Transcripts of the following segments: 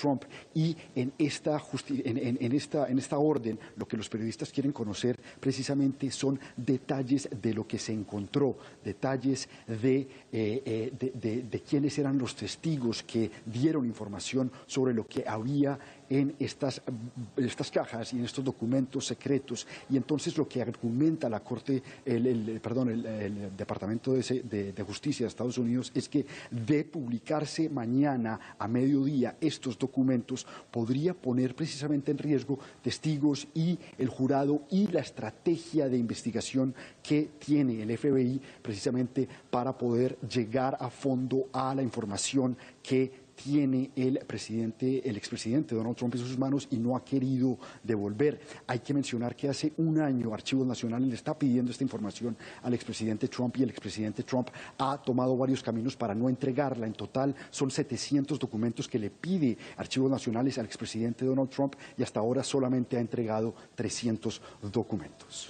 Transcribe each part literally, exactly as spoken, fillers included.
Trump, y en esta, en, en, en, esta, en esta orden lo que los periodistas quieren conocer precisamente son detalles de lo que se encontró, detalles de, eh, eh, de, de, de quiénes eran los testigos que dieron información sobre lo que había en estas, estas cajas y en estos documentos secretos. Y entonces lo que argumenta la Corte, el, el, perdón, el, el Departamento de, de, de Justicia de Estados Unidos es que de publicarse mañana a mediodía estos documentos podría poner precisamente en riesgo testigos y el jurado y la estrategia de investigación que tiene el F B I precisamente para poder llegar a fondo a la información que tiene el presidente, el expresidente Donald Trump en sus manos y no ha querido devolver. Hay que mencionar que hace un año Archivos Nacionales le está pidiendo esta información al expresidente Trump y el expresidente Trump ha tomado varios caminos para no entregarla. En total son setecientos documentos que le pide Archivos Nacionales al expresidente Donald Trump y hasta ahora solamente ha entregado trescientos documentos.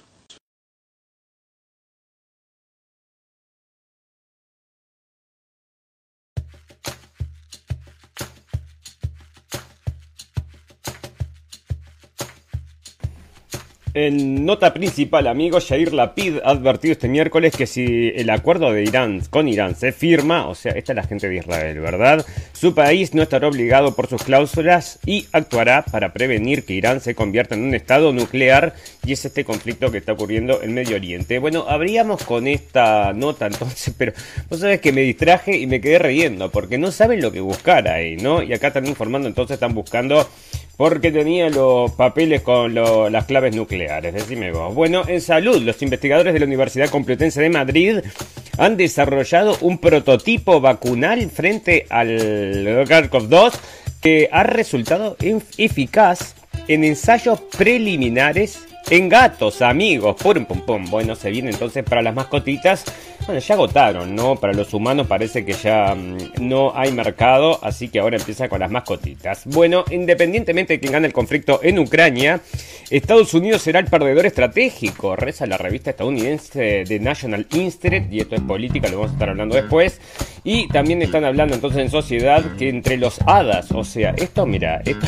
En nota principal, amigos, Yair Lapid ha advertido este miércoles que si el acuerdo de Irán con Irán se firma, o sea, esta es la gente de Israel, ¿verdad? Su país no estará obligado por sus cláusulas y actuará para prevenir que Irán se convierta en un estado nuclear, y es este conflicto que está ocurriendo en Medio Oriente. Bueno, abríamos con esta nota entonces, pero vos sabés que me distraje y me quedé riendo, porque no saben lo que buscar ahí, ¿no? Y acá están informando, entonces están buscando porque tenía los papeles con lo, las claves nucleares. Decime vos. Bueno, en salud, los investigadores de la Universidad Complutense de Madrid han desarrollado un prototipo vacunal frente al SARS-CoV dos que ha resultado eficaz en ensayos preliminares en gatos, amigos. Pum, pum, pum. Bueno, se viene entonces para las mascotitas. Bueno, ya agotaron, ¿no? Para los humanos parece que ya mmm, no hay mercado, así que ahora empieza con las mascotitas. Bueno, independientemente de quién gane el conflicto en Ucrania, Estados Unidos será el perdedor estratégico, reza la revista estadounidense The National Institute, y esto es política, lo vamos a estar hablando después. Y también están hablando entonces en sociedad que entre los hadas, o sea, esto, mira, esto...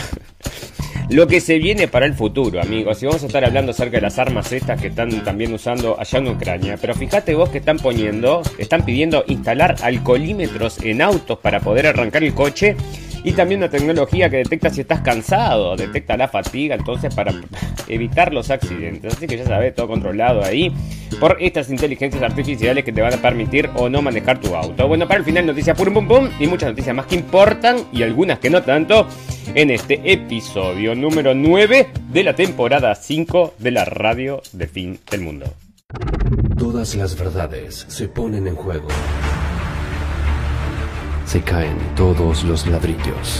lo que se viene para el futuro, amigos. Y vamos a estar hablando acerca de las armas estas que están también usando allá en Ucrania. Pero fíjate vos que están poniendo, están pidiendo instalar alcoholímetros en autos para poder arrancar el coche. Y también una tecnología que detecta si estás cansado, detecta la fatiga, entonces para evitar los accidentes. Así que ya sabes, todo controlado ahí por estas inteligencias artificiales que te van a permitir o no manejar tu auto. Bueno, para el final, noticias pum pum pum y muchas noticias más que importan y algunas que no tanto en este episodio número nueve de la temporada cinco de la radio del fin del mundo. Todas las verdades se ponen en juego. Se caen todos los ladrillos.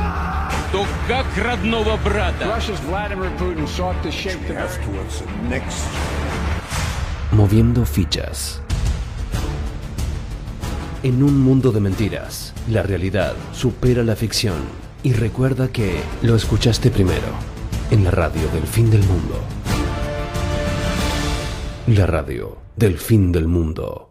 Moviendo fichas. En un mundo de mentiras, la realidad supera la ficción. Y recuerda que lo escuchaste primero en la radio del fin del mundo. La radio del fin del mundo.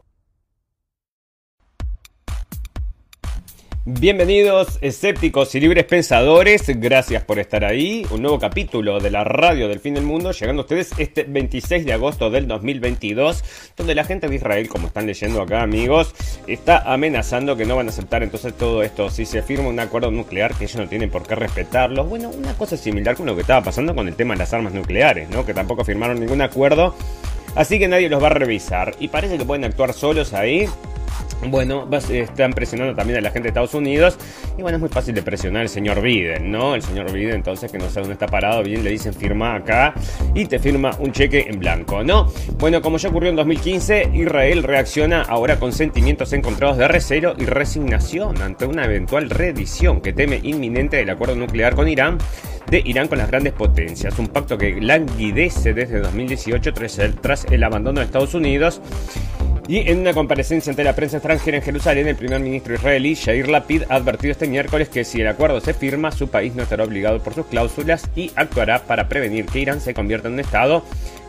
Bienvenidos, escépticos y libres pensadores, gracias por estar ahí. Un nuevo capítulo de la radio del fin del mundo, llegando a ustedes este veintiséis de agosto del dos mil veintidós, donde la gente de Israel, como están leyendo acá, amigos, está amenazando que no van a aceptar entonces todo esto si se firma un acuerdo nuclear, que ellos no tienen por qué respetarlo. Bueno, una cosa similar con lo que estaba pasando con el tema de las armas nucleares, ¿no? Que tampoco firmaron ningún acuerdo, así que nadie los va a revisar y parece que pueden actuar solos ahí. Bueno, están presionando también a la gente de Estados Unidos. Y bueno, es muy fácil de presionar al señor Biden, ¿no? El señor Biden, entonces, que no sabe dónde está parado, bien le dicen firma acá y te firma un cheque en blanco, ¿no? Bueno, como ya ocurrió en dos mil quince, Israel reacciona ahora con sentimientos encontrados de recelo y resignación ante una eventual reedición que teme inminente del acuerdo nuclear con Irán, de Irán con las grandes potencias. Un pacto que languidece desde dos mil dieciocho tras el, tras el abandono de Estados Unidos. Y en una comparecencia ante la prensa extranjera en Jerusalén, el primer ministro israelí, Yair Lapid, ha advertido este miércoles que si el acuerdo se firma, su país no estará obligado por sus cláusulas y actuará para prevenir que Irán se convierta en un estado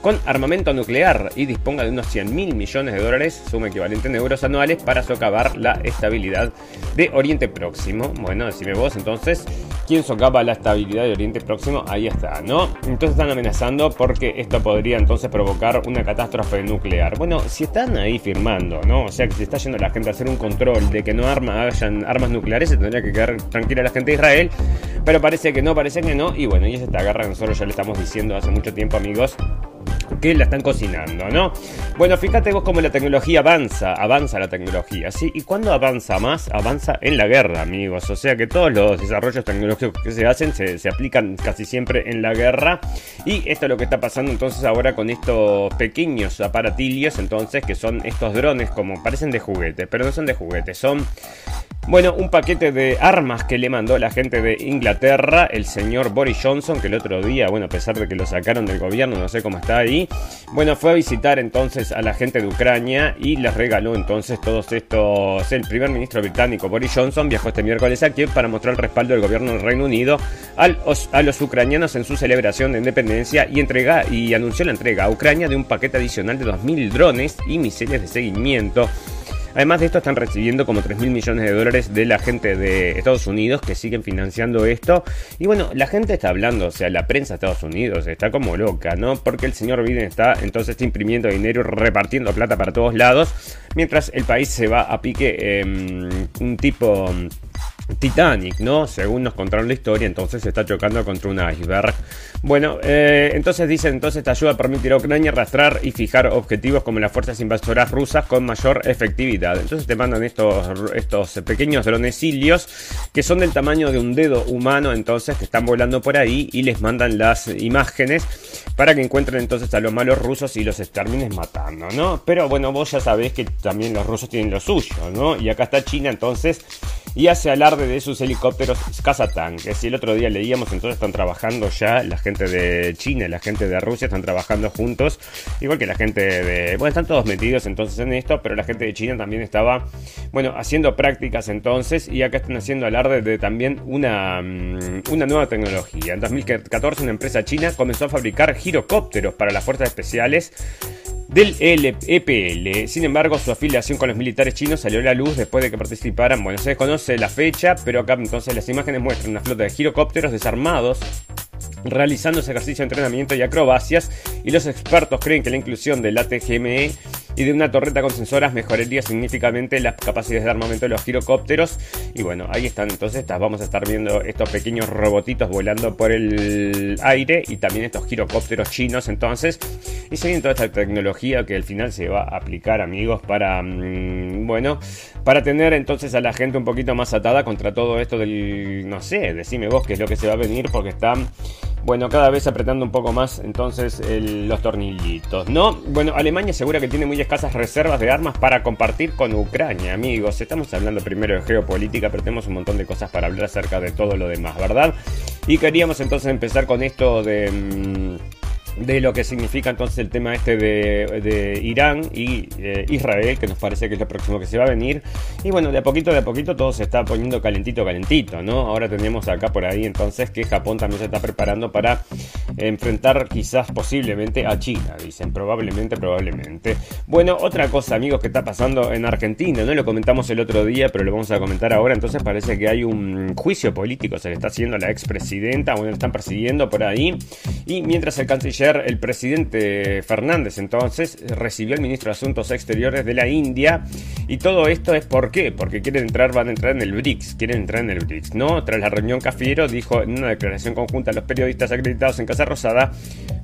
con armamento nuclear y disponga de unos cien mil millones de dólares, suma equivalente en euros anuales, para socavar la estabilidad de Oriente Próximo. Bueno, decime vos entonces, ¿quién socava la estabilidad de Oriente Próximo? Ahí está, ¿no? Entonces están amenazando porque esto podría entonces provocar una catástrofe nuclear. Bueno, si están ahí firmando, ¿no? O sea, que si está yendo la gente a hacer un control de que no arma, hayan armas nucleares, se tendría que quedar tranquila la gente de Israel, pero parece que no, parece que no, y bueno, y es esta guerra que nosotros ya le estamos diciendo hace mucho tiempo, amigos, que la están cocinando, ¿no? Bueno, fíjate vos cómo la tecnología avanza, avanza la tecnología, ¿sí? Y cuando avanza más, avanza en la guerra, amigos. O sea que todos los desarrollos tecnológicos que se hacen se, se aplican casi siempre en la guerra. Y esto es lo que está pasando entonces ahora con estos pequeños aparatillos, entonces, que son estos drones, como parecen de juguete, pero no son de juguete, son... Bueno, un paquete de armas que le mandó la gente de Inglaterra, el señor Boris Johnson, que el otro día, bueno, a pesar de que lo sacaron del gobierno, no sé cómo está ahí, bueno, fue a visitar entonces a la gente de Ucrania y les regaló entonces todos estos. El primer ministro británico Boris Johnson viajó este miércoles aquí para mostrar el respaldo del gobierno del Reino Unido al, a los ucranianos en su celebración de independencia y entrega y anunció la entrega a Ucrania de un paquete adicional de dos mil drones y misiles de seguimiento. Además de esto, están recibiendo como tres mil millones de dólares de la gente de Estados Unidos que siguen financiando esto. Y bueno, la gente está hablando, o sea, la prensa de Estados Unidos está como loca, ¿no? Porque el señor Biden está entonces imprimiendo dinero y repartiendo plata para todos lados, mientras el país se va a pique eh, un tipo... Titanic, ¿no? Según nos contaron la historia, entonces se está chocando contra un iceberg. Bueno, eh, entonces dicen, entonces esta ayuda permitirá a Ucrania arrastrar y fijar objetivos como las fuerzas invasoras rusas con mayor efectividad. Entonces te mandan estos, estos pequeños dronecillos que son del tamaño de un dedo humano, entonces, que están volando por ahí, y les mandan las imágenes para que encuentren entonces a los malos rusos y los termines matando, ¿no? Pero bueno, vos ya sabés que también los rusos tienen lo suyo, ¿no? Y acá está China entonces, y hace alarde de sus helicópteros cazatanques. Y el otro día leíamos, entonces están trabajando ya la gente de China y la gente de Rusia, están trabajando juntos, igual que la gente de... Bueno, están todos metidos entonces en esto, pero la gente de China también estaba, bueno, haciendo prácticas entonces, y acá están haciendo alarde de también una, una nueva tecnología. En dos mil catorce una empresa china comenzó a fabricar girocópteros para las fuerzas especiales del E P L. Sin embargo, su afiliación con los militares chinos salió a la luz después de que participaran. Bueno, se desconoce la fecha, pero acá entonces las imágenes muestran una flota de girocópteros desarmados realizando ese ejercicio de entrenamiento y acrobacias, y los expertos creen que la inclusión del A T G M E y de una torreta con sensoras mejoraría significativamente las capacidades de armamento de los girocópteros. Y bueno, ahí están entonces, vamos a estar viendo estos pequeños robotitos volando por el aire, y también estos girocópteros chinos entonces, y se viene toda esta tecnología que al final se va a aplicar, amigos, para mmm, bueno, para tener entonces a la gente un poquito más atada contra todo esto del, no sé, decime vos qué es lo que se va a venir, porque están, bueno, cada vez apretando un poco más entonces el, los tornillitos, ¿no? Bueno, Alemania asegura que tiene muy escasas reservas de armas para compartir con Ucrania, amigos. Estamos hablando primero de geopolítica, pero tenemos un montón de cosas para hablar acerca de todo lo demás, ¿verdad? Y queríamos entonces empezar con esto de... Mmm, de lo que significa entonces el tema este de, de Irán y eh, Israel, que nos parece que es lo próximo que se va a venir. Y bueno, de a poquito, de a poquito todo se está poniendo calentito, calentito, ¿no? Ahora tenemos acá por ahí entonces que Japón también se está preparando para enfrentar quizás posiblemente a China, dicen, probablemente, probablemente. Bueno, otra cosa, amigos, que está pasando en Argentina, no lo comentamos el otro día, pero lo vamos a comentar ahora. Entonces parece que hay un juicio político, se le está haciendo a la expresidenta, bueno, le están persiguiendo por ahí, y mientras el canciller el presidente Fernández entonces recibió al ministro de Asuntos Exteriores de la India, y todo esto es ¿por qué? Porque quieren entrar, van a entrar en el BRICS, quieren entrar en el BRICS, ¿no? Tras la reunión, Cafiero dijo en una declaración conjunta a los periodistas acreditados en Casa Rosada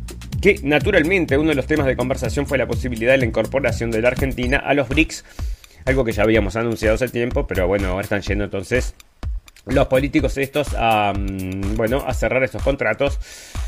que naturalmente uno de los temas de conversación fue la posibilidad de la incorporación de la Argentina a los BRICS, algo que ya habíamos anunciado hace tiempo, pero bueno, ahora están yendo entonces los políticos estos a, bueno, a cerrar estos contratos.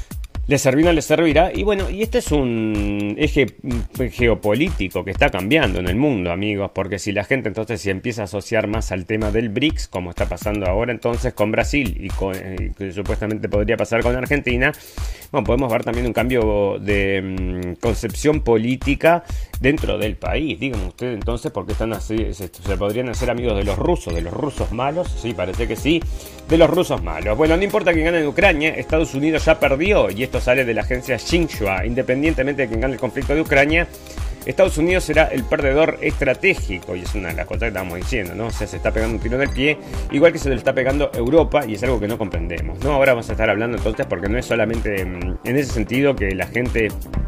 Les servirá, les servirá. Y bueno, y este es un eje geopolítico que está cambiando en el mundo, amigos, porque si la gente entonces se empieza a asociar más al tema del BRICS, como está pasando ahora entonces con Brasil y con, eh, que supuestamente podría pasar con Argentina, bueno, podemos ver también un cambio de mmm, concepción política dentro del país. Díganme ustedes entonces por qué están así, se, se podrían hacer amigos de los rusos, de los rusos malos, sí, parece que sí, de los rusos malos. Bueno, no importa quién gane en Ucrania, Estados Unidos ya perdió, y esto sale de la agencia Xinhua. Independientemente de quién gane el conflicto de Ucrania, Estados Unidos será el perdedor estratégico, y es una de las cosas que estamos diciendo, ¿no? O sea, se está pegando un tiro en el pie, igual que se le está pegando Europa, y es algo que no comprendemos, ¿no? Ahora vamos a estar hablando entonces, porque no es solamente en ese sentido que la gente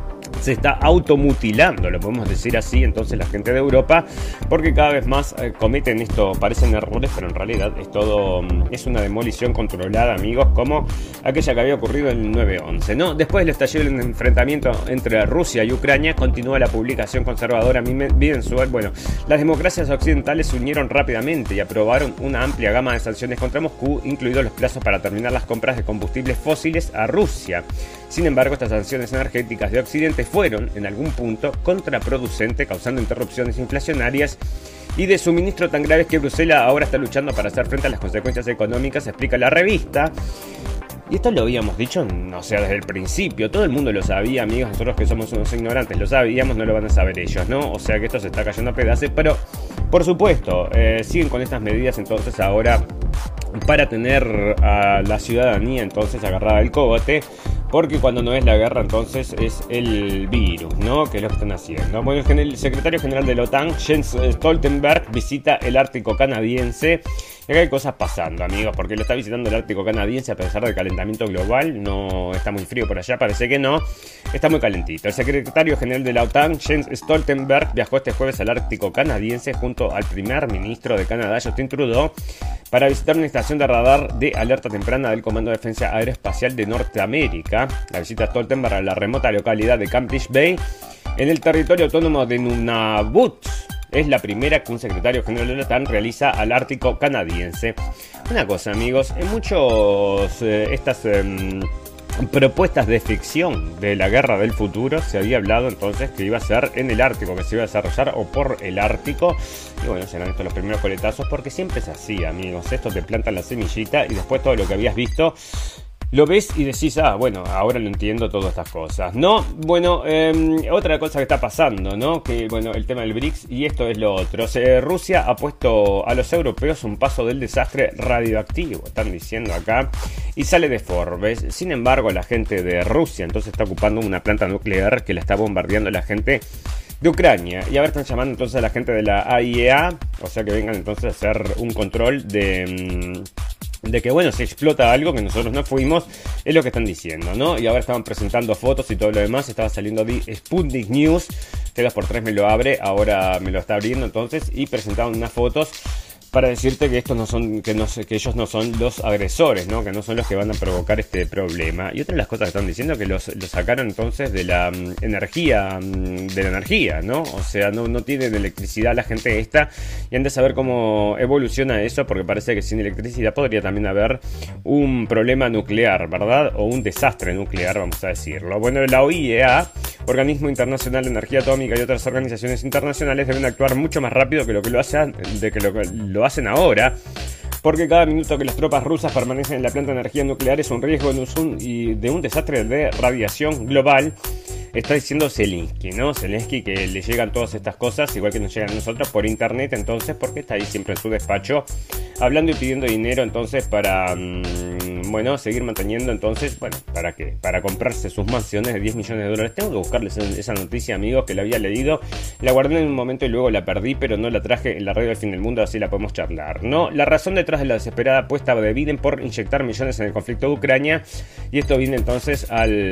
se está automutilando, lo podemos decir así, entonces la gente de Europa, porque cada vez más eh, cometen esto, parecen errores, pero en realidad es todo, es una demolición controlada, amigos, como aquella que había ocurrido en el nueve once, ¿no? Después del estallido del enfrentamiento entre Rusia y Ucrania, continúa la publicación conservadora bimensual. Bueno, las democracias occidentales se unieron rápidamente y aprobaron una amplia gama de sanciones contra Moscú, incluidos los plazos para terminar las compras de combustibles fósiles a Rusia. Sin embargo, estas sanciones energéticas de Occidente fueron, en algún punto, contraproducentes, causando interrupciones inflacionarias y de suministro tan graves que Bruselas ahora está luchando para hacer frente a las consecuencias económicas, explica la revista. Y esto lo habíamos dicho, o sea, desde el principio, todo el mundo lo sabía, amigos, nosotros que somos unos ignorantes lo sabíamos, no lo van a saber ellos, ¿no? O sea que esto se está cayendo a pedazos, pero, por supuesto, eh, siguen con estas medidas entonces ahora para tener a la ciudadanía entonces agarrada del cogote, porque cuando no es la guerra entonces es el virus, ¿no? Que es lo que están haciendo. Bueno, el secretario general de la OTAN, Jens Stoltenberg, visita el Ártico canadiense. Y acá hay cosas pasando, amigos, porque lo está visitando el Ártico canadiense a pesar del calentamiento global. No está muy frío por allá, parece que no. Está muy calentito. El secretario general de la OTAN, Jens Stoltenberg, viajó este jueves al Ártico canadiense junto al primer ministro de Canadá, Justin Trudeau, para visitar una estación de radar de alerta temprana del Comando de Defensa Aeroespacial de Norteamérica. La visita a Stoltenberg a la remota localidad de Kentish Bay, en el territorio autónomo de Nunavut, es la primera que un secretario general de la OTAN realiza al Ártico canadiense. Una cosa, amigos, en muchos eh, estas eh, propuestas de ficción de la guerra del futuro se había hablado entonces que iba a ser en el Ártico, que se iba a desarrollar o por el Ártico. Y bueno, serán estos los primeros coletazos, porque siempre es así, amigos. Esto te plantan la semillita y después todo lo que habías visto lo ves y decís, ah, bueno, ahora lo entiendo, todas estas cosas, ¿no? Bueno, eh, otra cosa que está pasando, ¿no? Que, bueno, el tema del BRICS, y esto es lo otro. O sea, Rusia ha puesto a los europeos un paso del desastre radioactivo, están diciendo acá, y sale de Forbes. Sin embargo, la gente de Rusia entonces está ocupando una planta nuclear que la está bombardeando la gente de Ucrania. Y ahora están llamando entonces a la gente de la A I E A, o sea, que vengan entonces a hacer un control de... Mmm, de que, bueno, si explota algo, que nosotros no fuimos, es lo que están diciendo, ¿no? Y ahora estaban presentando fotos y todo lo demás, estaba saliendo de Sputnik News, que dos por tres me lo abre, ahora me lo está abriendo entonces, y presentaron unas fotos para decirte que estos no son, que no que ellos no son los agresores, ¿no? Que no son los que van a provocar este problema. Y otra de las cosas que están diciendo que los, los sacaron entonces de la um, energía, um, de la energía, ¿no? O sea, no, no tienen electricidad la gente esta, y han de saber cómo evoluciona eso, porque parece que sin electricidad podría también haber un problema nuclear, ¿verdad? O un desastre nuclear, vamos a decirlo. Bueno, la O I E A, Organismo Internacional de Energía Atómica, y otras organizaciones internacionales deben actuar mucho más rápido que lo que lo hacen, de que lo, lo hacen ahora, porque cada minuto que las tropas rusas permanecen en la planta de energía nuclear es un riesgo de un, y de un desastre de radiación global. Está diciendo Zelensky, ¿no? Zelensky, que le llegan todas estas cosas, igual que nos llegan a nosotros por internet, entonces, porque está ahí siempre en su despacho, hablando y pidiendo dinero, entonces, para, mmm, bueno, seguir manteniendo, entonces, bueno, ¿para qué? Para comprarse sus mansiones de diez millones de dólares. Tengo que buscarles esa noticia, amigos, que la había leído, la guardé en un momento y luego la perdí, pero no la traje en la radio del fin del mundo, así la podemos charlar, ¿no? La razón detrás de la desesperada apuesta de Biden por inyectar millones en el conflicto de Ucrania, y esto viene entonces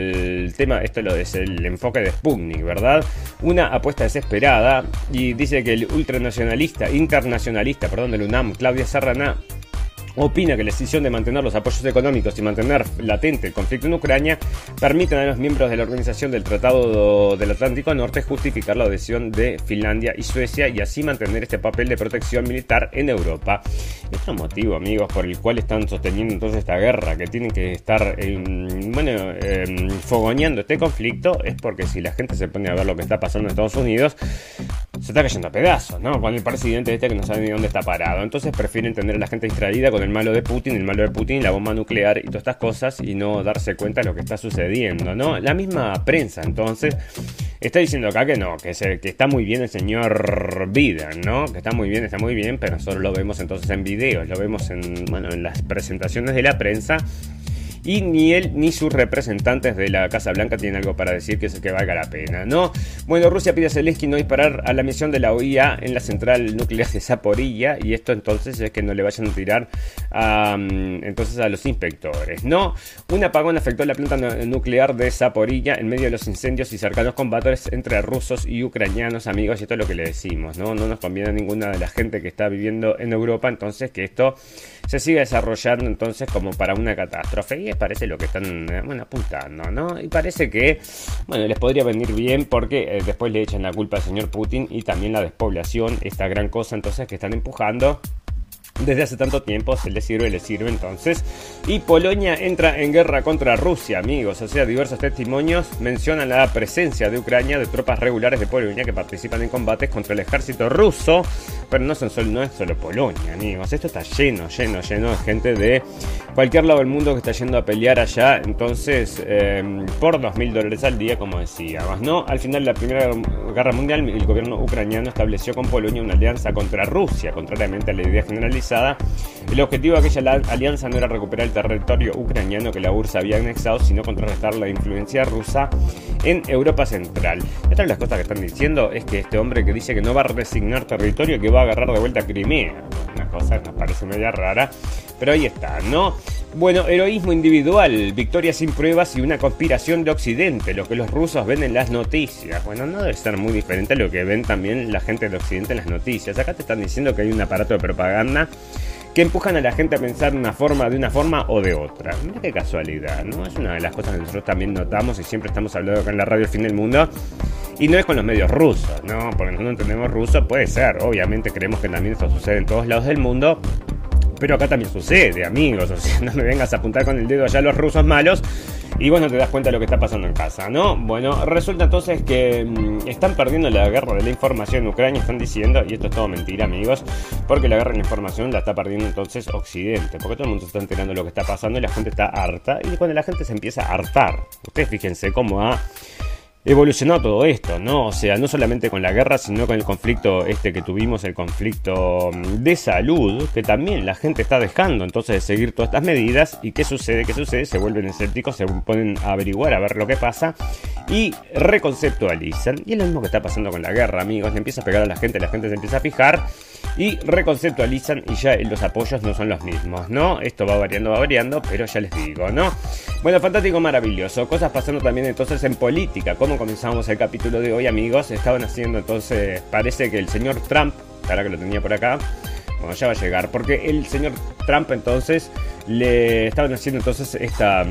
al tema, esto lo es el enfoque de Sputnik, ¿verdad? Una apuesta desesperada, y dice que el ultranacionalista, internacionalista, perdón, del UNAM, Claudia Serrana, opina que la decisión de mantener los apoyos económicos y mantener latente el conflicto en Ucrania permiten a los miembros de la Organización del Tratado del Atlántico Norte justificar la adhesión de Finlandia y Suecia, y así mantener este papel de protección militar en Europa. Otro motivo, amigos, por el cual están sosteniendo entonces esta guerra, que tienen que estar eh, bueno, eh, fogoneando este conflicto, es porque si la gente se pone a ver lo que está pasando en Estados Unidos, se está cayendo a pedazos, ¿no? Con el presidente este que no sabe ni dónde está parado. Entonces prefieren tener a la gente distraída con el malo de Putin, el malo de Putin, la bomba nuclear y todas estas cosas y no darse cuenta de lo que está sucediendo, ¿no? La misma prensa, entonces, está diciendo acá que no, que, se, que está muy bien el señor Biden, ¿no? Que está muy bien, está muy bien, pero nosotros lo vemos entonces en videos, lo vemos en, bueno, en las presentaciones de la prensa. Y ni él ni sus representantes de la Casa Blanca tienen algo para decir que, que valga la pena, ¿no? Bueno, Rusia pide a Zelensky no disparar a la misión de la O I A en la central nuclear de Zaporilla. Y esto entonces es que no le vayan a tirar a, entonces a los inspectores, ¿no? Un apagón afectó la planta nuclear de Zaporilla en medio de los incendios y cercanos combates entre rusos y ucranianos, amigos. Y esto es lo que le decimos, ¿no? No nos conviene a ninguna de la gente que está viviendo en Europa, entonces, que esto se siga desarrollando entonces como para una catástrofe. Y parece lo que están, bueno, apuntando, ¿no? Y parece que, bueno, les podría venir bien porque eh, después le echan la culpa al señor Putin y también la despoblación, esta gran cosa entonces que están empujando desde hace tanto tiempo. Se le sirve, le sirve entonces. Y Polonia entra en guerra contra Rusia, amigos. O sea, diversos testimonios mencionan la presencia de Ucrania de tropas regulares de Polonia que participan en combates contra el ejército ruso. Pero no, son solo, no es solo Polonia, amigos. Esto está lleno, lleno, lleno de gente de cualquier lado del mundo que está yendo a pelear allá. Entonces, eh, por dos mil dólares al día, como decíamos, ¿no? Al final de la Primera Guerra Mundial, el gobierno ucraniano estableció con Polonia una alianza contra Rusia, contrariamente a la idea generalizada. El objetivo de aquella alianza no era recuperar el territorio ucraniano que la U R S S había anexado, sino contrarrestar la influencia rusa en Europa Central. Otra de las cosas que están diciendo es que este hombre que dice que no va a resignar territorio, que va a agarrar de vuelta a Crimea. Una cosa que nos parece media rara, pero ahí está, ¿no? Bueno, heroísmo individual, victoria sin pruebas y una conspiración de Occidente, lo que los rusos ven en las noticias. Bueno, no debe ser muy diferente a lo que ven también la gente de Occidente en las noticias. Acá te están diciendo que hay un aparato de propaganda que empujan a la gente a pensar de una forma, de una forma o de otra. Mira qué casualidad, ¿no? Es una de las cosas que nosotros también notamos y siempre estamos hablando acá en la radio El Fin del Mundo. Y no es con los medios rusos, ¿no? Porque nosotros no entendemos ruso, puede ser. Obviamente creemos que también esto sucede en todos lados del mundo. Pero acá también sucede, amigos. O sea, no me vengas a apuntar con el dedo allá a los rusos malos y vos no te das cuenta de lo que está pasando en casa, ¿no? Bueno, resulta entonces que mmm, están perdiendo la guerra de la información en Ucrania, están diciendo, y esto es todo mentira, amigos, porque la guerra de la información la está perdiendo entonces Occidente, porque todo el mundo se está enterando de lo que está pasando y la gente está harta, y cuando la gente se empieza a hartar, ustedes fíjense cómo ha evolucionó todo esto, ¿no? O sea, no solamente con la guerra, sino con el conflicto este que tuvimos, el conflicto de salud, que también la gente está dejando entonces de seguir todas estas medidas. ¿Y qué sucede? ¿Qué sucede? Se vuelven escépticos, se ponen a averiguar, a ver lo que pasa y reconceptualizan. Y es lo mismo que está pasando con la guerra, amigos. Le empieza a pegar a la gente, la gente se empieza a fijar y reconceptualizan y ya los apoyos no son los mismos, ¿no? Esto va variando, va variando, pero ya les digo, ¿no? Bueno, fantástico, maravilloso. Cosas pasando también entonces en política. ¿Cómo comenzamos el capítulo de hoy, amigos? Estaban haciendo entonces, parece que el señor Trump, ahora que lo tenía por acá, bueno, ya va a llegar, porque el señor Trump entonces le estaban haciendo entonces esta...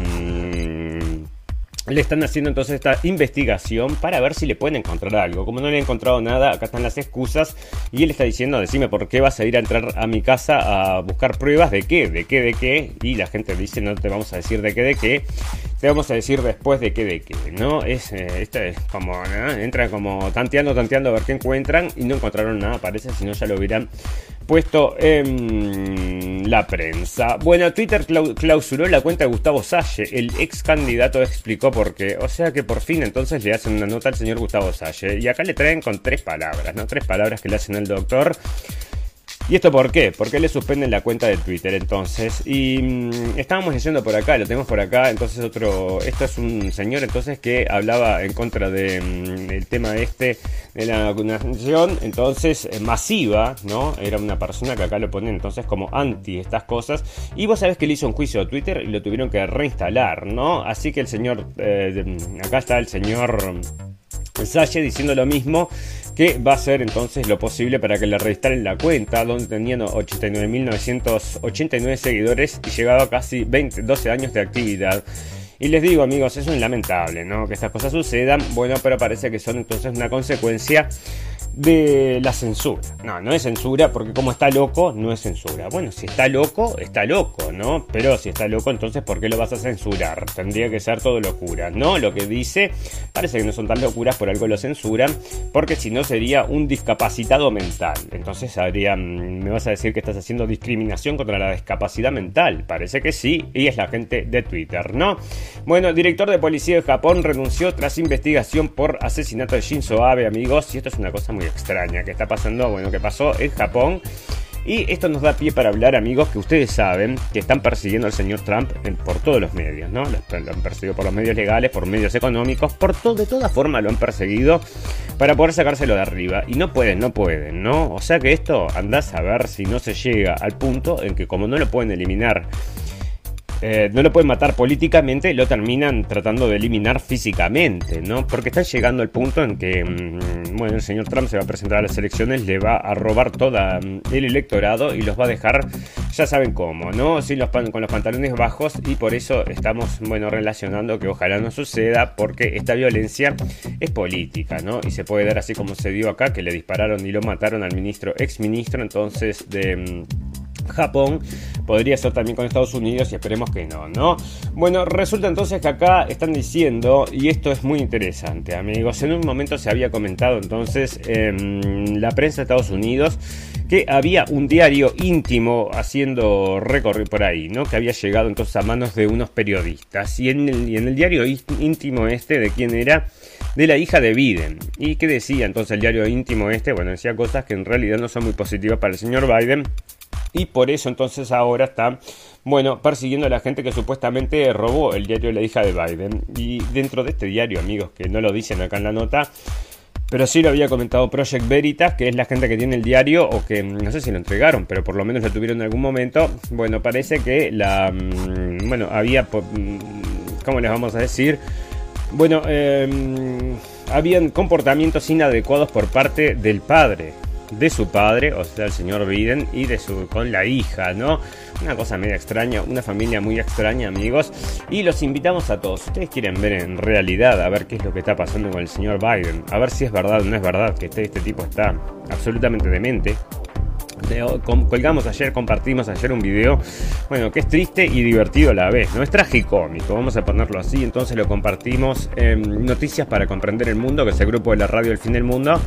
Mmm, Le están haciendo entonces esta investigación para ver si le pueden encontrar algo. Como no le han encontrado nada, acá están las excusas. Y él está diciendo, decime por qué vas a ir a entrar a mi casa a buscar pruebas de qué, de qué, de qué. Y la gente dice, no te vamos a decir de qué, de qué. Te vamos a decir después de qué, de qué, ¿no? Es, eh, esto es como, ¿no? Entran como tanteando, tanteando a ver qué encuentran. Y no encontraron nada, parece, si no ya lo hubieran puesto en la prensa. Bueno, Twitter clausuró la cuenta de Gustavo Salle. El ex candidato explicó por qué. O sea que por fin entonces le hacen una nota al señor Gustavo Salle. Y acá le traen con tres palabras, ¿no? Tres palabras que le hacen al doctor. ¿Y esto por qué? Porque le suspenden la cuenta de Twitter entonces. Y mmm, estábamos leyendo por acá, lo tenemos por acá. Entonces otro, esto es un señor entonces que hablaba en contra de mmm, el tema este de la vacunación, entonces eh, masiva, ¿no? Era una persona que acá lo ponen entonces como anti estas cosas. Y vos sabés que le hizo un juicio a Twitter y lo tuvieron que reinstalar, ¿no? Así que el señor, eh, acá está el señor Salle diciendo lo mismo, que va a hacer entonces lo posible para que le reinstalen la cuenta, donde tenían ochenta y nueve mil novecientos ochenta y nueve seguidores y llegaba a casi veinte, doce años de actividad. Y les digo, amigos, eso es lamentable, ¿no? Que estas cosas sucedan, bueno, pero parece que son entonces una consecuencia de la censura. No, no es censura porque como está loco, no es censura. Bueno, si está loco, está loco, ¿no? Pero si está loco, entonces ¿por qué lo vas a censurar? Tendría que ser todo locura, ¿no? Lo que dice, parece que no son tan locuras, por algo lo censuran, porque si no sería un discapacitado mental. Entonces habría, me vas a decir que estás haciendo discriminación contra la discapacidad mental. Parece que sí, y es la gente de Twitter, ¿no? Bueno, director de policía de Japón renunció tras investigación por asesinato de Shinzo Abe, amigos, y esto es una cosa muy extraña que está pasando, bueno, que pasó en Japón. Y esto nos da pie para hablar, amigos, que ustedes saben que están persiguiendo al señor Trump en, por todos los medios, ¿no? Lo, lo han perseguido por los medios legales, por medios económicos, por todo, de todas formas lo han perseguido para poder sacárselo de arriba. Y no pueden, no pueden, ¿no? O sea que esto, andás a ver si no se llega al punto en que como no lo pueden eliminar, Eh, no lo pueden matar políticamente, lo terminan tratando de eliminar físicamente, ¿no? Porque están llegando al punto en que, mmm, bueno, el señor Trump se va a presentar a las elecciones, le va a robar todo el electorado y los va a dejar, ya saben cómo, ¿no? Sin los pan, con los pantalones bajos, y por eso estamos, bueno, relacionando que ojalá no suceda, porque esta violencia es política, ¿no? Y se puede dar así como se dio acá, que le dispararon y lo mataron al ministro, ex ministro, entonces, de Mmm, Japón. Podría ser también con Estados Unidos y esperemos que no, ¿no? Bueno, resulta entonces que acá están diciendo, y esto es muy interesante, amigos, en un momento se había comentado entonces en la prensa de Estados Unidos que había un diario íntimo haciendo recorrido por ahí, ¿no? Que había llegado entonces a manos de unos periodistas, y en el, y en el diario íntimo este, ¿de quién era? De la hija de Biden. ¿Y qué decía entonces el diario íntimo este? Bueno, decía cosas que en realidad no son muy positivas para el señor Biden. Y por eso entonces ahora está, bueno, persiguiendo a la gente que supuestamente robó el diario de la hija de Biden. Y dentro de este diario, amigos, que no lo dicen acá en la nota, pero sí lo había comentado Project Veritas, que es la gente que tiene el diario, o que no sé si lo entregaron, pero por lo menos lo tuvieron en algún momento. Bueno, parece que la, bueno, había, ¿cómo les vamos a decir? Bueno, eh, habían comportamientos inadecuados por parte del padre, de su padre, o sea, el señor Biden, y de su con la hija, ¿no? Una cosa media extraña, una familia muy extraña, amigos. Y los invitamos a todos, si ustedes quieren ver en realidad, a ver qué es lo que está pasando con el señor Biden, a ver si es verdad o no es verdad que este, este tipo está absolutamente demente. Colgamos ayer, compartimos ayer un video, bueno, que es triste y divertido a la vez, ¿no? Es tragicómico, vamos a ponerlo así. Entonces lo compartimos en Noticias para Comprender el Mundo, que es el grupo de la radio El Fin del Mundo.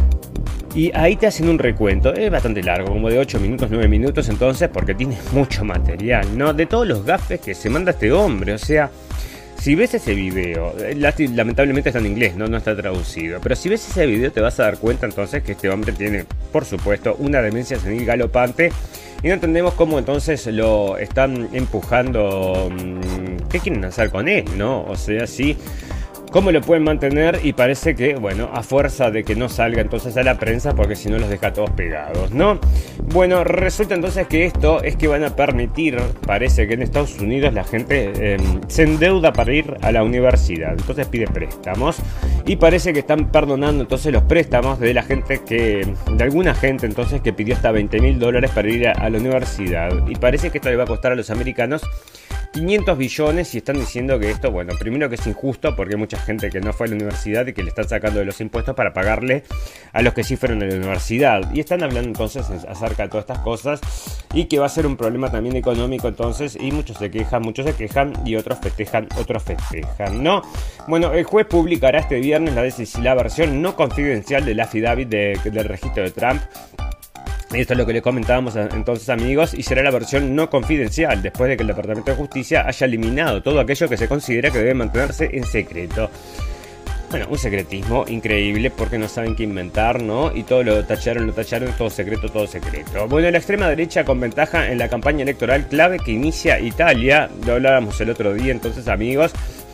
Y ahí te hacen un recuento, es bastante largo, como de ocho minutos, nueve minutos entonces, porque tiene mucho material, ¿no? De todos los gafes que se manda este hombre, o sea, si ves ese video, lamentablemente está en inglés, ¿no? No está traducido, pero si ves ese video te vas a dar cuenta entonces que este hombre tiene, por supuesto, una demencia senil galopante, y no entendemos cómo entonces lo están empujando, ¿qué quieren hacer con él, no? O sea, sí, cómo lo pueden mantener, y parece que, bueno, a fuerza de que no salga entonces a la prensa, porque si no los deja todos pegados, ¿no? Bueno, resulta entonces que esto es que van a permitir, parece que en Estados Unidos la gente eh, se endeuda para ir a la universidad, entonces pide préstamos, y parece que están perdonando entonces los préstamos de la gente que, de alguna gente entonces que pidió hasta veinte mil dólares para ir a, a la universidad, y parece que esto le va a costar a los americanos quinientos billones, y están diciendo que esto, bueno, primero que es injusto porque hay mucha gente que no fue a la universidad y que le están sacando de los impuestos para pagarle a los que sí fueron a la universidad, y están hablando entonces acerca de todas estas cosas, y que va a ser un problema también económico entonces, y muchos se quejan, muchos se quejan y otros festejan, otros festejan, ¿no? Bueno, el juez publicará este viernes la, la versión no confidencial del affidavit de, del registro de Trump. Esto es lo que les comentábamos entonces, amigos, y será la versión no confidencial, después de que el Departamento de Justicia haya eliminado todo aquello que se considera que debe mantenerse en secreto. Bueno, un secretismo increíble porque no saben qué inventar, ¿no? Y todo lo tacharon, lo tacharon, todo secreto, todo secreto. Bueno, la extrema derecha con ventaja en la campaña electoral clave que inicia Italia, lo hablábamos el otro día entonces, amigos.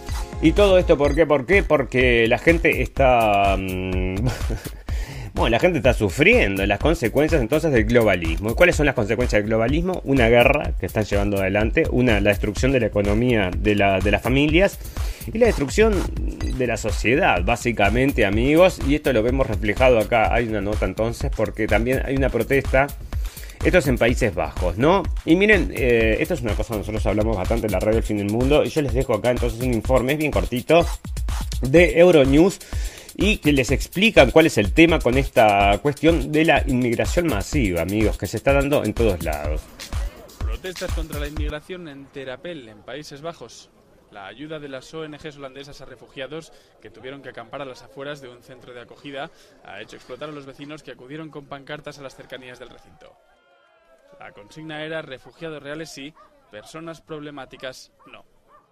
Y todo esto, ¿por qué? ¿Por qué? Porque la gente está... Mmm, Bueno, la gente está sufriendo las consecuencias entonces del globalismo. ¿Y cuáles son las consecuencias del globalismo? Una guerra que están llevando adelante, una, la destrucción de la economía de, la, de las familias y la destrucción de la sociedad, básicamente, amigos. Y esto lo vemos reflejado acá. Hay una nota entonces porque también hay una protesta. Esto es en Países Bajos, ¿no? Y miren, eh, esto es una cosa que nosotros hablamos bastante en la radio El Fin del Mundo, y yo les dejo acá entonces un informe, es bien cortito, de Euronews. y que les explican cuál es el tema con esta cuestión de la inmigración masiva, amigos, que se está dando en todos lados. Protestas contra la inmigración en Terapel, en Países Bajos. La ayuda de las O N Ges holandesas a refugiados que tuvieron que acampar a las afueras de un centro de acogida ha hecho explotar a los vecinos que acudieron con pancartas a las cercanías del recinto. La consigna era refugiados reales sí, personas problemáticas no.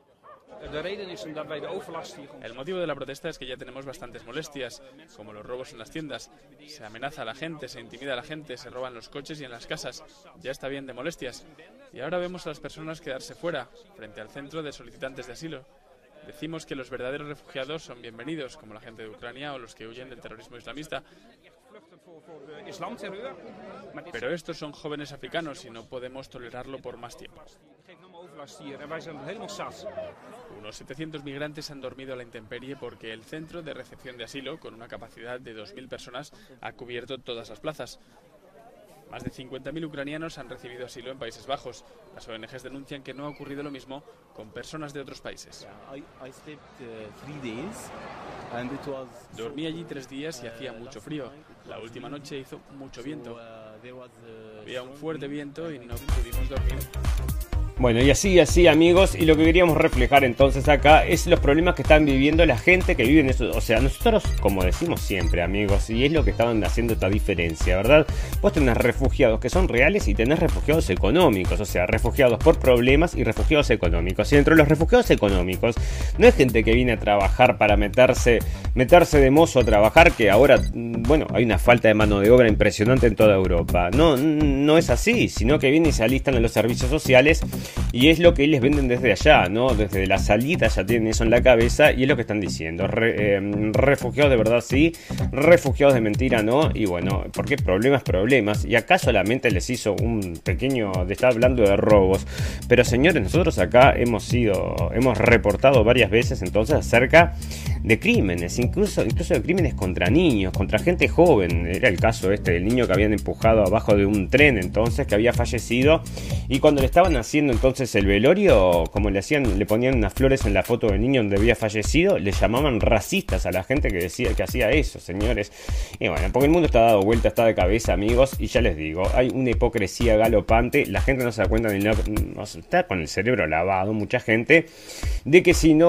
El motivo de la protesta es que ya tenemos bastantes molestias, como los robos en las tiendas. Se amenaza a la gente, se intimida a la gente, se roban los coches y en las casas. Ya está bien de molestias. Y ahora vemos a las personas quedarse fuera, frente al centro de solicitantes de asilo. Decimos que los verdaderos refugiados son bienvenidos, como la gente de Ucrania o los que huyen del terrorismo islamista. Pero estos son jóvenes africanos y no podemos tolerarlo por más tiempo. Unos setecientos migrantes han dormido a la intemperie porque el centro de recepción de asilo, con una capacidad de dos mil personas, ha cubierto todas las plazas. Más de cincuenta mil ucranianos han recibido asilo en Países Bajos. Las O N Ges denuncian que no ha ocurrido lo mismo con personas de otros países. Dormí allí tres días y hacía mucho frío. La última noche hizo mucho viento. Había un fuerte viento y no pudimos dormir. Bueno, y así, así, amigos, y lo que queríamos reflejar entonces acá es los problemas que están viviendo la gente que vive en eso. O sea, nosotros, como decimos siempre, amigos, y es lo que estaban haciendo esta diferencia, ¿verdad? Vos tenés refugiados que son reales y tenés refugiados económicos, o sea, refugiados por problemas y refugiados económicos. Y dentro de los refugiados económicos, no es gente que viene a trabajar para meterse, meterse de mozo a trabajar, que ahora, bueno, hay una falta de mano de obra impresionante en toda Europa. No, no es así, sino que vienen y se alistan en los servicios sociales. Y es lo que les venden desde allá, ¿no? Desde la salida ya tienen eso en la cabeza y es lo que están diciendo. Re, eh, refugiados de verdad sí, refugiados de mentira no. Y bueno, porque problemas, problemas. Y acá solamente les hizo un pequeño... de estar hablando de robos. Pero señores, nosotros acá hemos sido... hemos reportado varias veces entonces acerca de crímenes. Incluso, incluso de crímenes contra niños, contra gente joven. Era el caso este del niño que habían empujado abajo de un tren entonces, que había fallecido. Y cuando le estaban haciendo entonces el velorio, como le hacían, le ponían unas flores en la foto del niño donde había fallecido, le llamaban racistas a la gente que decía que hacía eso, señores. Y bueno, porque el mundo está dado vuelta, está de cabeza, amigos, y ya les digo, hay una hipocresía galopante, la gente no se da cuenta ni no, no está con el cerebro lavado, mucha gente, de que si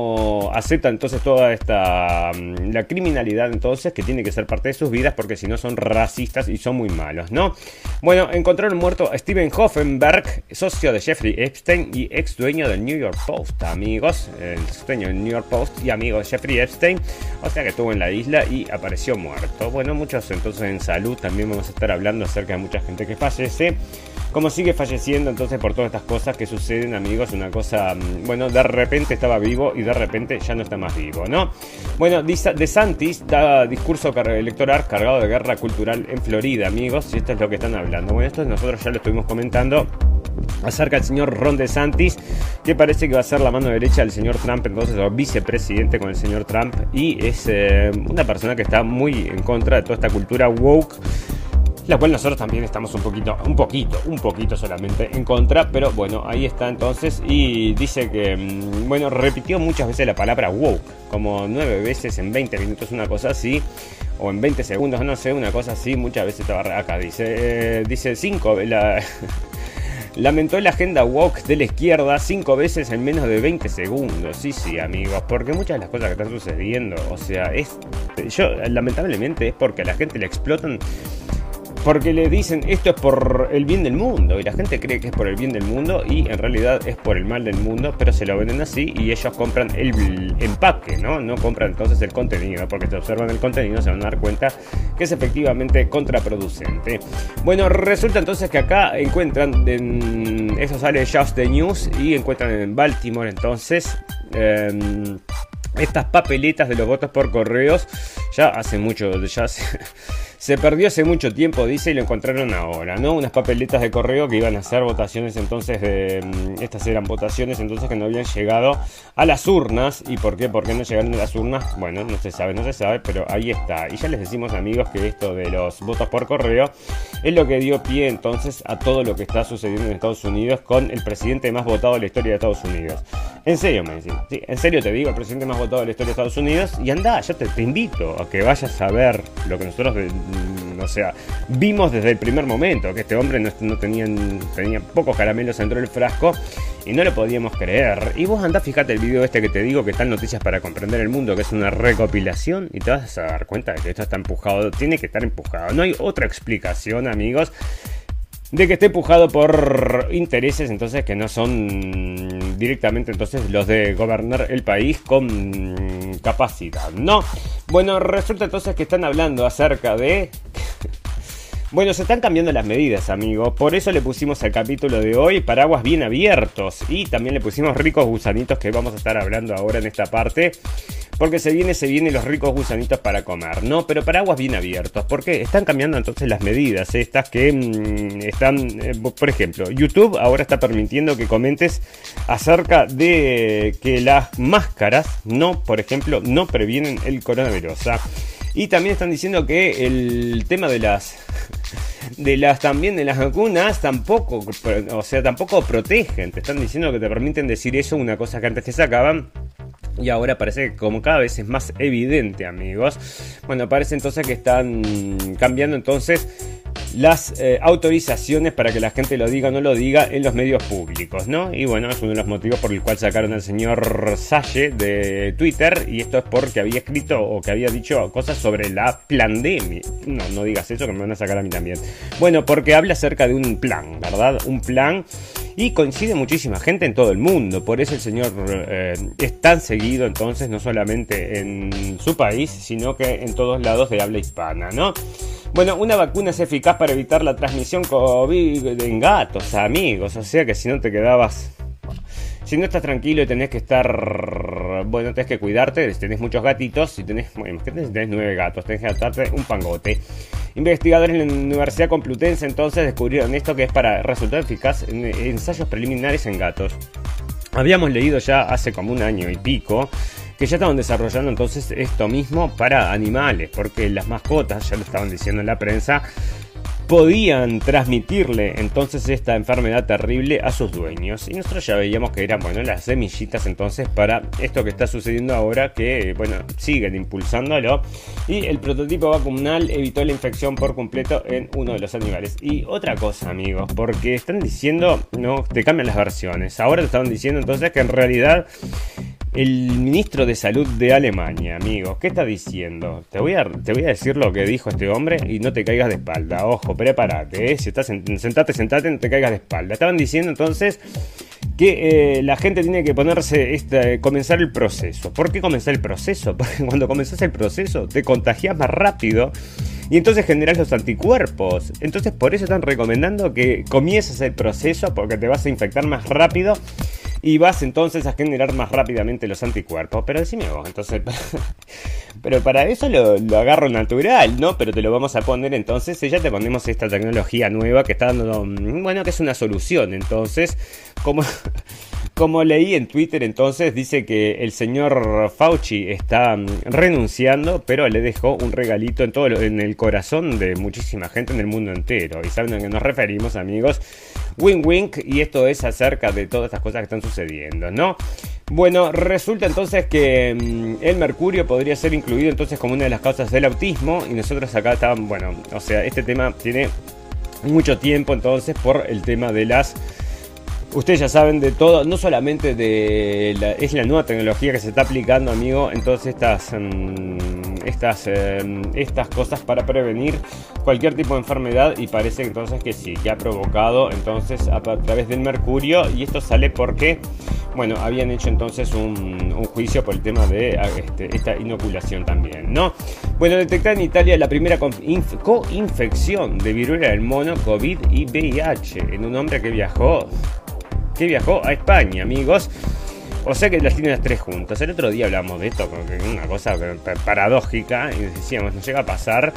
no acepta entonces toda esta la criminalidad entonces, que tiene que ser parte de sus vidas, porque si no son racistas y son muy malos, ¿no? Bueno, encontraron muerto a Steven Hoffenberg, socio de Jeffrey Epstein y ex dueño del New York Post, amigos, el dueño del New York Post y amigo de Jeffrey Epstein, o sea que estuvo en la isla y apareció muerto. Bueno, muchos entonces en salud también vamos a estar hablando acerca de mucha gente que fallece, como sigue falleciendo entonces por todas estas cosas que suceden, amigos. Una cosa, bueno, de repente estaba vivo y de repente ya no está más vivo, ¿no? Bueno, DeSantis da discurso electoral cargado de guerra cultural en Florida, amigos, y esto es lo que están hablando. Bueno, esto nosotros ya lo estuvimos comentando acerca del señor Ron DeSantis, que parece que va a ser la mano derecha del señor Trump, entonces, o vicepresidente con el señor Trump, y es eh, una persona que está muy en contra de toda esta cultura woke, la cual nosotros también estamos un poquito, un poquito, un poquito solamente en contra, pero bueno, ahí está entonces, y dice que, bueno, repitió muchas veces la palabra woke, como nueve veces en veinte minutos, una cosa así, o en veinte segundos, no sé, una cosa así, muchas veces estaba acá, dice, eh, dice cinco, la... lamentó la agenda woke de la izquierda cinco veces en menos de veinte segundos. Sí, sí, amigos, porque muchas de las cosas que están sucediendo, o sea, es, yo, lamentablemente es porque a la gente le explotan, porque le dicen esto es por el bien del mundo, y la gente cree que es por el bien del mundo y en realidad es por el mal del mundo, pero se lo venden así y ellos compran el empaque, ¿no? No compran entonces el contenido, porque si observan el contenido se van a dar cuenta que es efectivamente contraproducente. Bueno, resulta entonces que acá encuentran, en, eso sale Just the News, y encuentran en Baltimore entonces eh, estas papeletas de los votos por correos. Ya hace mucho, ya hace... Se perdió hace mucho tiempo, dice, y lo encontraron ahora, ¿no? Unas papeletas de correo que iban a hacer votaciones entonces de... Estas eran votaciones entonces que no habían llegado a las urnas. ¿Y por qué? ¿Por qué no llegaron a las urnas? Bueno, no se sabe, no se sabe, pero ahí está. Y ya les decimos, amigos, que esto de los votos por correo es lo que dio pie entonces a todo lo que está sucediendo en Estados Unidos con el presidente más votado de la historia de Estados Unidos. En serio, me dicen, sí, en serio te digo, el presidente más votado de la historia de Estados Unidos. Y anda, yo te, te invito a que vayas a ver lo que nosotros, de, o sea, vimos desde el primer momento, que este hombre no, no tenía, tenía pocos caramelos dentro del frasco y no lo podíamos creer. Y vos andá, fíjate el video este que te digo, que están Noticias para Comprender el Mundo, que es una recopilación, y te vas a dar cuenta de que esto está empujado, tiene que estar empujado. No hay otra explicación, amigos, de que esté empujado por intereses entonces que no son directamente entonces los de gobernar el país con capacidad, ¿no? Bueno, resulta entonces que están hablando acerca de... Bueno, se están cambiando las medidas, amigos. Por eso le pusimos al capítulo de hoy paraguas bien abiertos. Y también le pusimos ricos gusanitos, que vamos a estar hablando ahora en esta parte. Porque se viene, se vienen los ricos gusanitos para comer, ¿no? Pero paraguas bien abiertos. Porque están cambiando entonces las medidas. Estas que mmm, están... Eh, por ejemplo, YouTube ahora está permitiendo que comentes acerca de que las máscaras, no, por ejemplo, no previenen el coronavirus. ¿Ah? Y también están diciendo que el tema de las de las también de las vacunas tampoco, o sea, tampoco protegen. Te están diciendo que te permiten decir eso, una cosa que antes te sacaban. Y ahora parece que como cada vez es más evidente, amigos. Bueno, parece entonces que están cambiando entonces las eh, autorizaciones para que la gente lo diga o no lo diga en los medios públicos, ¿no? Y bueno, es uno de los motivos por el cual sacaron al señor Salle de Twitter. Y esto es porque había escrito o que había dicho cosas sobre la pandemia. No, no digas eso, que me van a sacar a mí también. Bueno, porque habla acerca de un plan, ¿verdad? Un plan. Y coincide muchísima gente en todo el mundo. Por eso el señor eh, es tan seguido entonces, no solamente en su país, sino que en todos lados de habla hispana, ¿no? Bueno, una vacuna es eficaz para evitar la transmisión COVID en gatos, amigos. O sea que si no te quedabas... Si no estás tranquilo y tenés que estar... Bueno, tenés que cuidarte, si tenés muchos gatitos, si tenés... Bueno, si tenés nueve gatos, tenés que adaptarte un pangote. Investigadores en la Universidad Complutense entonces descubrieron esto, que es para resultar eficaz en ensayos preliminares en gatos. Habíamos leído ya hace como un año y pico que ya estaban desarrollando entonces esto mismo para animales, porque las mascotas, ya lo estaban diciendo en la prensa, podían transmitirle entonces esta enfermedad terrible a sus dueños. Y nosotros ya veíamos que eran, bueno, las semillitas entonces para esto que está sucediendo ahora, que, bueno, siguen impulsándolo. Y el prototipo vacunal evitó la infección por completo en uno de los animales. Y otra cosa, amigos, porque están diciendo, no, te cambian las versiones. Ahora te estaban diciendo entonces que en realidad... El ministro de Salud de Alemania, amigos, ¿qué está diciendo? Te voy a, te voy a decir lo que dijo este hombre y no te caigas de espalda. Ojo, prepárate, ¿eh? Si estás en, sentate, sentate, no te caigas de espalda. Estaban diciendo entonces que eh, la gente tiene que ponerse, este, comenzar el proceso. ¿Por qué comenzar el proceso? Porque cuando comenzás el proceso te contagias más rápido y entonces generas los anticuerpos. Entonces por eso están recomendando que comiences el proceso, porque te vas a infectar más rápido y vas entonces a generar más rápidamente los anticuerpos. Pero decime vos, entonces... pero para eso lo, lo agarro natural, ¿no? Pero te lo vamos a poner entonces, ya te ponemos esta tecnología nueva que está dando... Bueno, que es una solución, entonces... Como... Como leí en Twitter, entonces dice que el señor Fauci está renunciando, pero le dejó un regalito en todo lo, en el corazón de muchísima gente en el mundo entero. ¿Y saben a qué nos referimos, amigos? Wink wink, y esto es acerca de todas estas cosas que están sucediendo, ¿no? Bueno, resulta entonces que mmm, el mercurio podría ser incluido entonces como una de las causas del autismo, y nosotros acá estamos, bueno, o sea, este tema tiene mucho tiempo entonces por el tema de las... Ustedes ya saben de todo, no solamente de la, es la nueva tecnología que se está aplicando, amigo, entonces estas um, estas eh, estas cosas para prevenir cualquier tipo de enfermedad, y parece entonces que sí, que ha provocado entonces a, a través del mercurio, y esto sale porque, bueno, habían hecho entonces un, un juicio por el tema de este, esta inoculación también, ¿no? Bueno, detectada en Italia la primera coinf- coinfección de viruela del mono, COVID y V I H en un hombre que viajó que viajó a España, amigos. O sea que las tienen las tres juntas. El otro día hablamos de esto, una cosa paradójica, y decíamos, nos llega a pasar.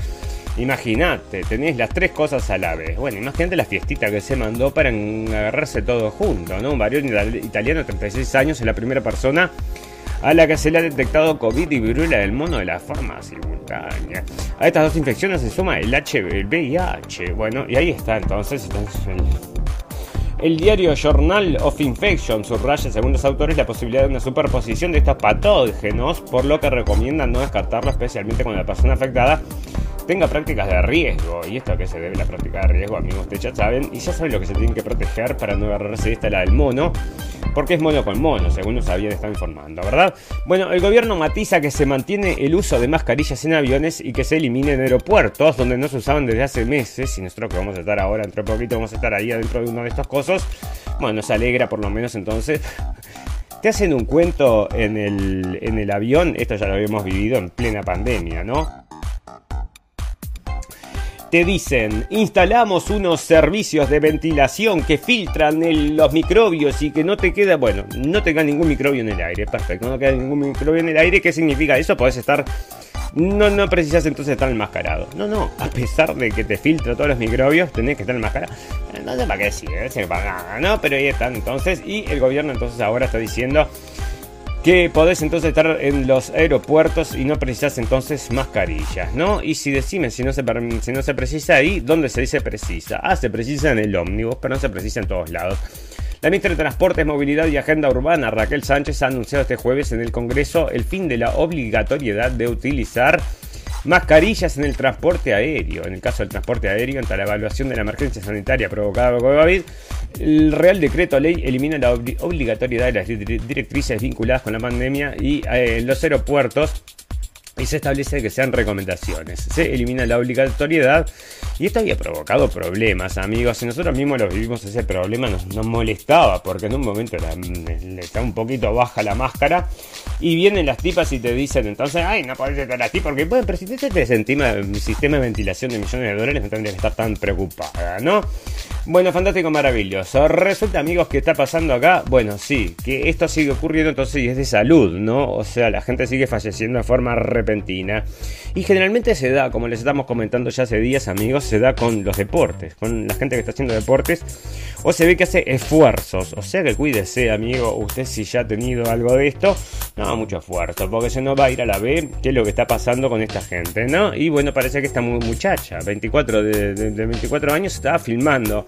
Imagínate, tenés las tres cosas a la vez. Bueno, imagínate la fiestita que se mandó para agarrarse todo junto, ¿no? Un varón italiano de treinta y seis años es la primera persona a la que se le ha detectado COVID y viruela del mono de la forma simultánea. A estas dos infecciones se suma el H I V H. Bueno, y ahí está entonces... entonces el... El diario Journal of Infection subraya, según los autores, la posibilidad de una superposición de estos patógenos, por lo que recomiendan no descartarlo, especialmente cuando la persona afectada tenga prácticas de riesgo. ¿Y esto a qué se debe la práctica de riesgo, amigos? Ustedes ya saben, y ya saben lo que se tienen que proteger para no agarrarse esta, la del mono, porque es mono con mono, según nos habían estado informando, ¿verdad? Bueno, el gobierno matiza que se mantiene el uso de mascarillas en aviones y que se elimine en aeropuertos, donde no se usaban desde hace meses, y nosotros que vamos a estar ahora, dentro de poquito, vamos a estar ahí adentro de uno de estos cosos. Bueno, nos alegra por lo menos entonces. Te hacen un cuento en el, en el avión, esto ya lo habíamos vivido en plena pandemia, ¿no? Te dicen, instalamos unos servicios de ventilación que filtran el, los microbios y que no te queda, bueno, no te queda ningún microbio en el aire. Perfecto, no queda ningún microbio en el aire. ¿Qué significa eso? Podés estar, no, no precisas entonces estar enmascarado. No, no, a pesar de que te filtra todos los microbios, tenés que estar enmascarado. No sé para qué decir, no sé para nada, ¿no? Pero ahí están entonces, y el gobierno entonces ahora está diciendo que podés entonces estar en los aeropuertos y no precisás entonces mascarillas, ¿no? Y si decime, si no se, si no se precisa ahí, ¿dónde se dice precisa? Ah, se precisa en el ómnibus, pero no se precisa en todos lados. La ministra de Transportes, Movilidad y Agenda Urbana, Raquel Sánchez, ha anunciado este jueves en el Congreso el fin de la obligatoriedad de utilizar mascarillas en el transporte aéreo. En el caso del transporte aéreo, ante la evaluación de la emergencia sanitaria provocada por COVID, el Real Decreto Ley elimina la obli- obligatoriedad de las directrices vinculadas con la pandemia y eh, en los aeropuertos, y se establece que sean recomendaciones. Se elimina la obligatoriedad y esto había provocado problemas, amigos. Y nosotros mismos lo vivimos, ese problema nos, nos molestaba porque en un momento la, le está un poquito baja la máscara y vienen las tipas y te dicen entonces, ay, no podés estar así porque, bueno, pero si te estés encima del sistema de ventilación de millones de dólares no tendrías que estar tan preocupada, ¿no? Bueno, fantástico, maravilloso. Resulta, amigos, que está pasando acá, bueno, sí, que esto sigue ocurriendo entonces y es de salud, ¿no? O sea, la gente sigue falleciendo de forma repentina y generalmente se da, como les estamos comentando ya hace días, amigos, se da con los deportes, con la gente que está haciendo deportes, o se ve que hace esfuerzos, o sea que cuídese, amigo, usted si ya ha tenido algo de esto, no, mucho esfuerzo, porque si no va a ir a la B, qué es lo que está pasando con esta gente, ¿no? Y bueno, parece que esta muchacha, veinticuatro de, de, de veinticuatro años, estaba filmando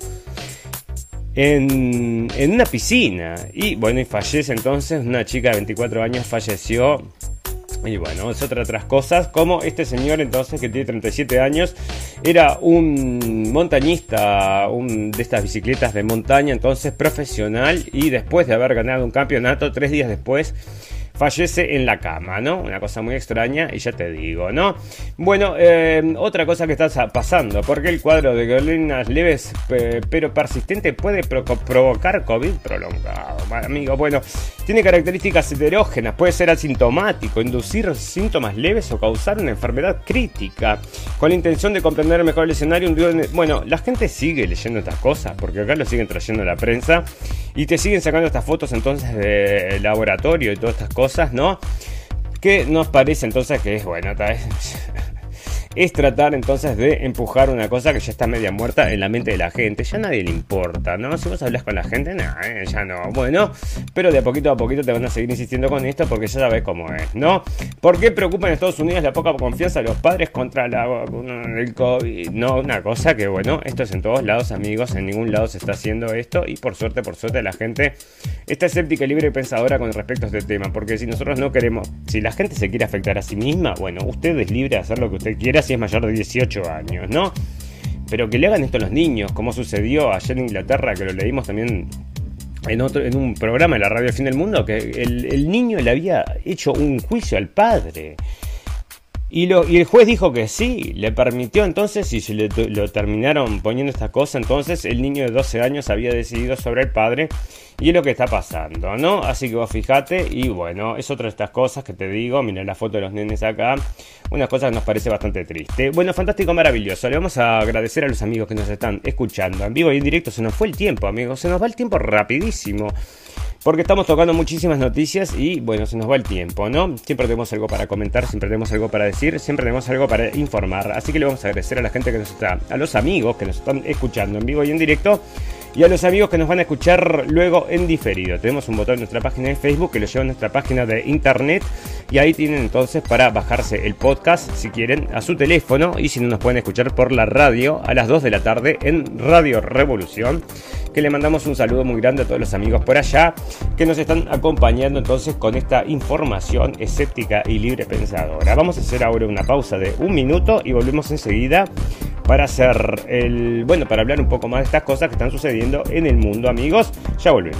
En, en una piscina y bueno, y fallece entonces, una chica de veinticuatro años falleció. Y bueno, es otra otras cosas, como este señor entonces que tiene treinta y siete años, era un montañista, un de estas bicicletas de montaña, entonces profesional, y después de haber ganado un campeonato, tres días después fallece en la cama, ¿no? Una cosa muy extraña, y ya te digo, ¿no? Bueno, eh, otra cosa que está pasando, porque el cuadro de ganglionias leves pe pero persistente puede pro provocar COVID prolongado, amigo. Bueno, tiene características heterógenas, puede ser asintomático, inducir síntomas leves o causar una enfermedad crítica. Con la intención de comprender mejor el escenario, un día, bueno, la gente sigue leyendo estas cosas, porque acá lo siguen trayendo la prensa, y te siguen sacando estas fotos entonces de laboratorio y todas estas cosas. Cosas, ¿no? Que nos parece entonces que es bueno, tal vez es tratar entonces de empujar una cosa que ya está media muerta en la mente de la gente. Ya a nadie le importa, ¿no? Si vos hablas con la gente, no, eh, ya no. Bueno, pero de a poquito a poquito te van a seguir insistiendo con esto porque ya sabes cómo es, ¿no? ¿Por qué preocupa en Estados Unidos la poca confianza de los padres contra la, el COVID? No, una cosa que, bueno, esto es en todos lados, amigos. En ningún lado se está haciendo esto y por suerte, por suerte la gente está escéptica, libre y pensadora con respecto a este tema. Porque si nosotros no queremos, si la gente se quiere afectar a sí misma, bueno, usted es libre de hacer lo que usted quiera si es mayor de dieciocho años, ¿no? Pero que le hagan esto a los niños, como sucedió ayer en Inglaterra, que lo leímos también en otro, en un programa de la radio Fin del Mundo, que el, el niño le había hecho un juicio al padre. Y, lo, y el juez dijo que sí, le permitió entonces, y se le, lo terminaron poniendo esta cosa, entonces el niño de doce años había decidido sobre el padre y es lo que está pasando, ¿no? Así que vos fijate, y bueno, es otra de estas cosas que te digo. Mirá la foto de los nenes acá, una cosa que nos parece bastante triste. Bueno, fantástico, maravilloso. Le vamos a agradecer a los amigos que nos están escuchando en vivo y en directo. Se nos fue el tiempo, amigos, se nos va el tiempo rapidísimo, porque estamos tocando muchísimas noticias y bueno, se nos va el tiempo, ¿no? Siempre tenemos algo para comentar, siempre tenemos algo para decir, siempre tenemos algo para informar. Así que le vamos a agradecer a la gente que nos está, a los amigos que nos están escuchando en vivo y en directo, y a los amigos que nos van a escuchar luego en diferido. Tenemos un botón en nuestra página de Facebook que lo lleva a nuestra página de internet, y ahí tienen entonces para bajarse el podcast si quieren a su teléfono, y si no nos pueden escuchar por la radio a las dos de la tarde en Radio Revolución, que le mandamos un saludo muy grande a todos los amigos por allá que nos están acompañando entonces con esta información escéptica y libre pensadora. Vamos a hacer ahora una pausa de un minuto y volvemos enseguida para hacer el, bueno, para hablar un poco más de estas cosas que están sucediendo en el mundo, amigos. Ya volvemos.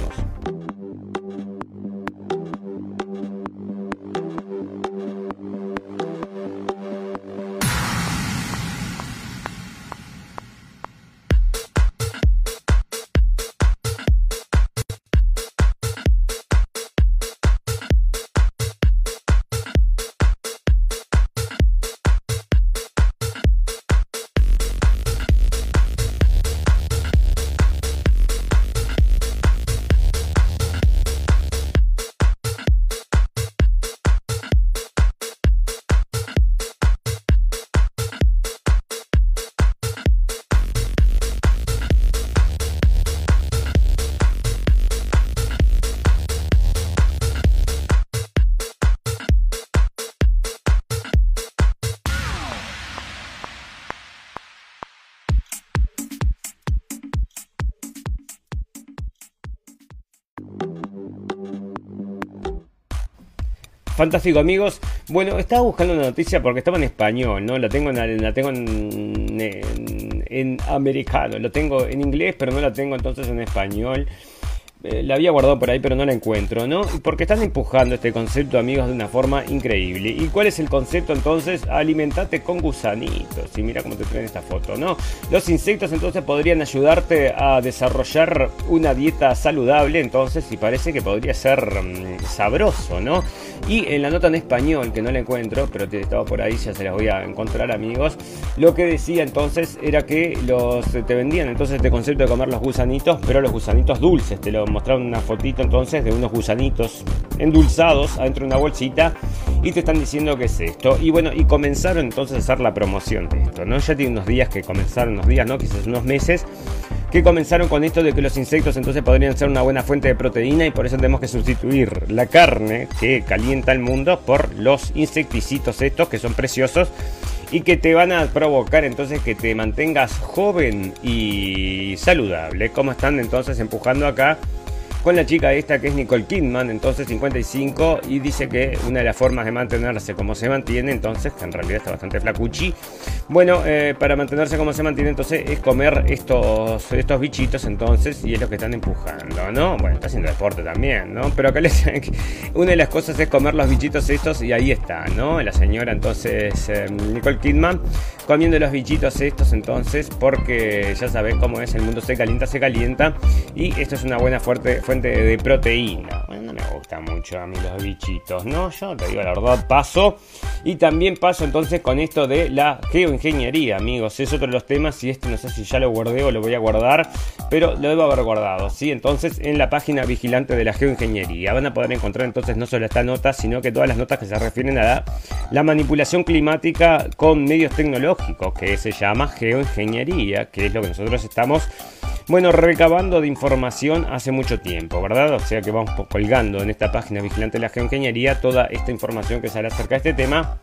Fantástico, amigos. Bueno, estaba buscando una noticia porque estaba en español, ¿no? La tengo en, la tengo en, en, en americano, lo tengo en inglés, pero no la tengo entonces en español. Eh, la había guardado por ahí, pero no la encuentro, ¿no? Porque están empujando este concepto, amigos, de una forma increíble. ¿Y cuál es el concepto entonces? Alimentate con gusanitos. Y mira cómo te traen esta foto, ¿no? Los insectos entonces podrían ayudarte a desarrollar una dieta saludable, entonces, y parece que podría ser mmm, sabroso, ¿no? Y en la nota en español, que no la encuentro, pero te estaba por ahí, ya se las voy a encontrar, amigos. Lo que decía entonces era que los te vendían entonces este concepto de comer los gusanitos, pero los gusanitos dulces. Te lo mostraron una fotito entonces de unos gusanitos endulzados adentro de una bolsita y te están diciendo qué es esto. Y bueno, y comenzaron entonces a hacer la promoción de esto, ¿no? Ya tiene unos días que comenzaron, unos días, ¿no? Quizás unos meses, que comenzaron con esto de que los insectos entonces podrían ser una buena fuente de proteína, y por eso tenemos que sustituir la carne que calienta el mundo por los insecticitos estos que son preciosos y que te van a provocar entonces que te mantengas joven y saludable, como están entonces empujando acá con la chica esta que es Nicole Kidman, entonces cincuenta y cinco, y dice que una de las formas de mantenerse como se mantiene, entonces, que en realidad está bastante flacuchi, bueno, eh, para mantenerse como se mantiene entonces es comer estos, estos bichitos entonces, y es lo que están empujando, ¿no? Bueno, está haciendo deporte también, ¿no? Pero acá les una de las cosas es comer los bichitos estos, y ahí está, ¿no? La señora entonces, eh, Nicole Kidman, comiendo los bichitos estos entonces, porque ya saben cómo es, el mundo se calienta, se calienta, y esto es una buena fuerte, fuente de proteína. Bueno, no me gusta mucho a mí los bichitos, ¿no? Yo te digo la verdad, paso. Y también paso entonces con esto de la geoingeniería, amigos. Es otro de los temas, y este no sé si ya lo guardé o lo voy a guardar, pero lo debo haber guardado, ¿sí? Entonces, en la página vigilante de la geoingeniería van a poder encontrar entonces no solo esta nota, sino que todas las notas que se refieren a la, la manipulación climática con medios tecnológicos, que se llama geoingeniería, que es lo que nosotros estamos, bueno, recabando de información hace mucho tiempo, ¿verdad? O sea que vamos colgando en esta página vigilante de la geoingeniería toda esta información que sale acerca de este tema.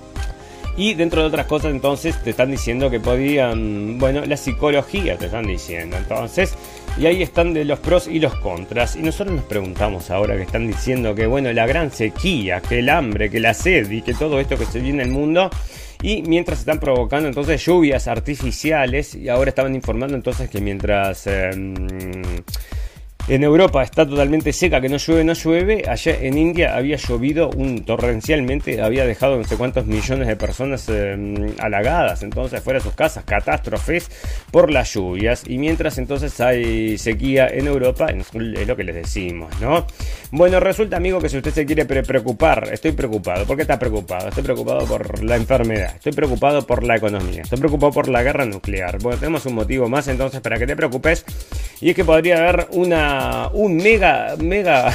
Y dentro de otras cosas entonces te están diciendo que podían, bueno, la psicología te están diciendo entonces, y ahí están de los pros y los contras. Y nosotros nos preguntamos ahora que están diciendo que, bueno, la gran sequía, que el hambre, que la sed y que todo esto que se viene en el mundo, y mientras están provocando entonces lluvias artificiales, y ahora estaban informando entonces que mientras eh, En Europa está totalmente seca, que no llueve, no llueve. Allá en India había llovido un torrencialmente, había dejado no sé cuántos millones de personas eh, halagadas, entonces fuera de sus casas, catástrofes por las lluvias. Y mientras entonces hay sequía en Europa, es lo que les decimos, ¿no? Bueno, resulta, amigo, que si usted se quiere pre preocupar, estoy preocupado. ¿Por qué está preocupado? Estoy preocupado por la enfermedad, estoy preocupado por la economía, estoy preocupado por la guerra nuclear. Bueno, tenemos un motivo más entonces para que te preocupes, y es que podría haber una un mega mega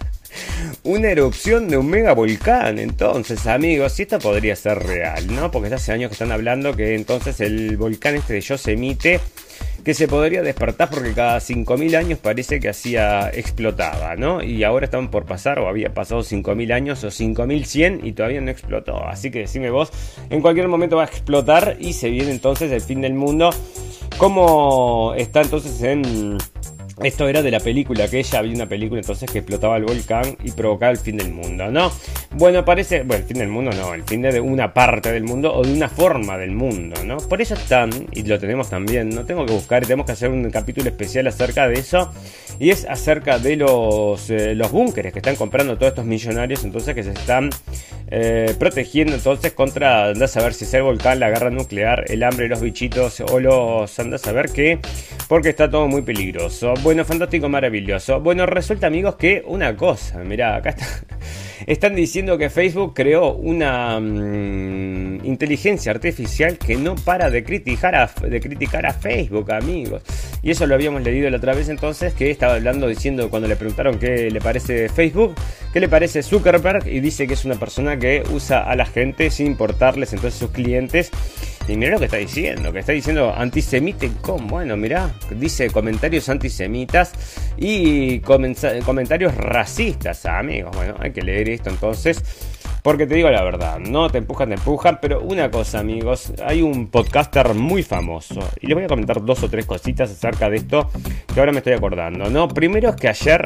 una erupción de un mega volcán. Entonces, amigos, si esto podría ser real, ¿no? Porque hace años que están hablando que entonces el volcán este de Yosemite, que se podría despertar porque cada cinco mil años parece que hacía explotaba, ¿no? Y ahora estaban por pasar, o había pasado cinco mil años o cinco mil cien y todavía no explotó. Así que decime vos, en cualquier momento va a explotar y se viene entonces el fin del mundo. ¿Cómo está entonces en...? Esto era de la película, que ella había una película entonces que explotaba el volcán y provocaba el fin del mundo, ¿no? Bueno, parece, bueno, el fin del mundo no, el fin de una parte del mundo o de una forma del mundo, ¿no? Por eso están, y lo tenemos también, no tengo que buscar, tenemos que hacer un capítulo especial acerca de eso, y es acerca de los, eh, los búnkeres que están comprando todos estos millonarios, entonces que se están eh, protegiendo entonces contra, andás a ver si es el volcán, la guerra nuclear, el hambre, los bichitos o los, andás a ver qué, porque está todo muy peligroso. Bueno, fantástico, maravilloso. Bueno, resulta, amigos, que una cosa, mirá, acá está. Están diciendo que Facebook creó una mmm, inteligencia artificial que no para de criticar, a, de criticar a Facebook, amigos. Y eso lo habíamos leído la otra vez entonces, que estaba hablando diciendo, cuando le preguntaron qué le parece Facebook, qué le parece Zuckerberg, y dice que es una persona que usa a la gente sin importarles entonces sus clientes. Y mirá lo que está diciendo, que está diciendo antisemita.com. Bueno, mirá, dice comentarios antisemitas y comentarios racistas, amigos. Bueno, hay que leer esto entonces, porque te digo la verdad, no te empujan, te empujan. Pero una cosa, amigos, hay un podcaster muy famoso, y les voy a comentar dos o tres cositas acerca de esto que ahora me estoy acordando, ¿no? Primero es que ayer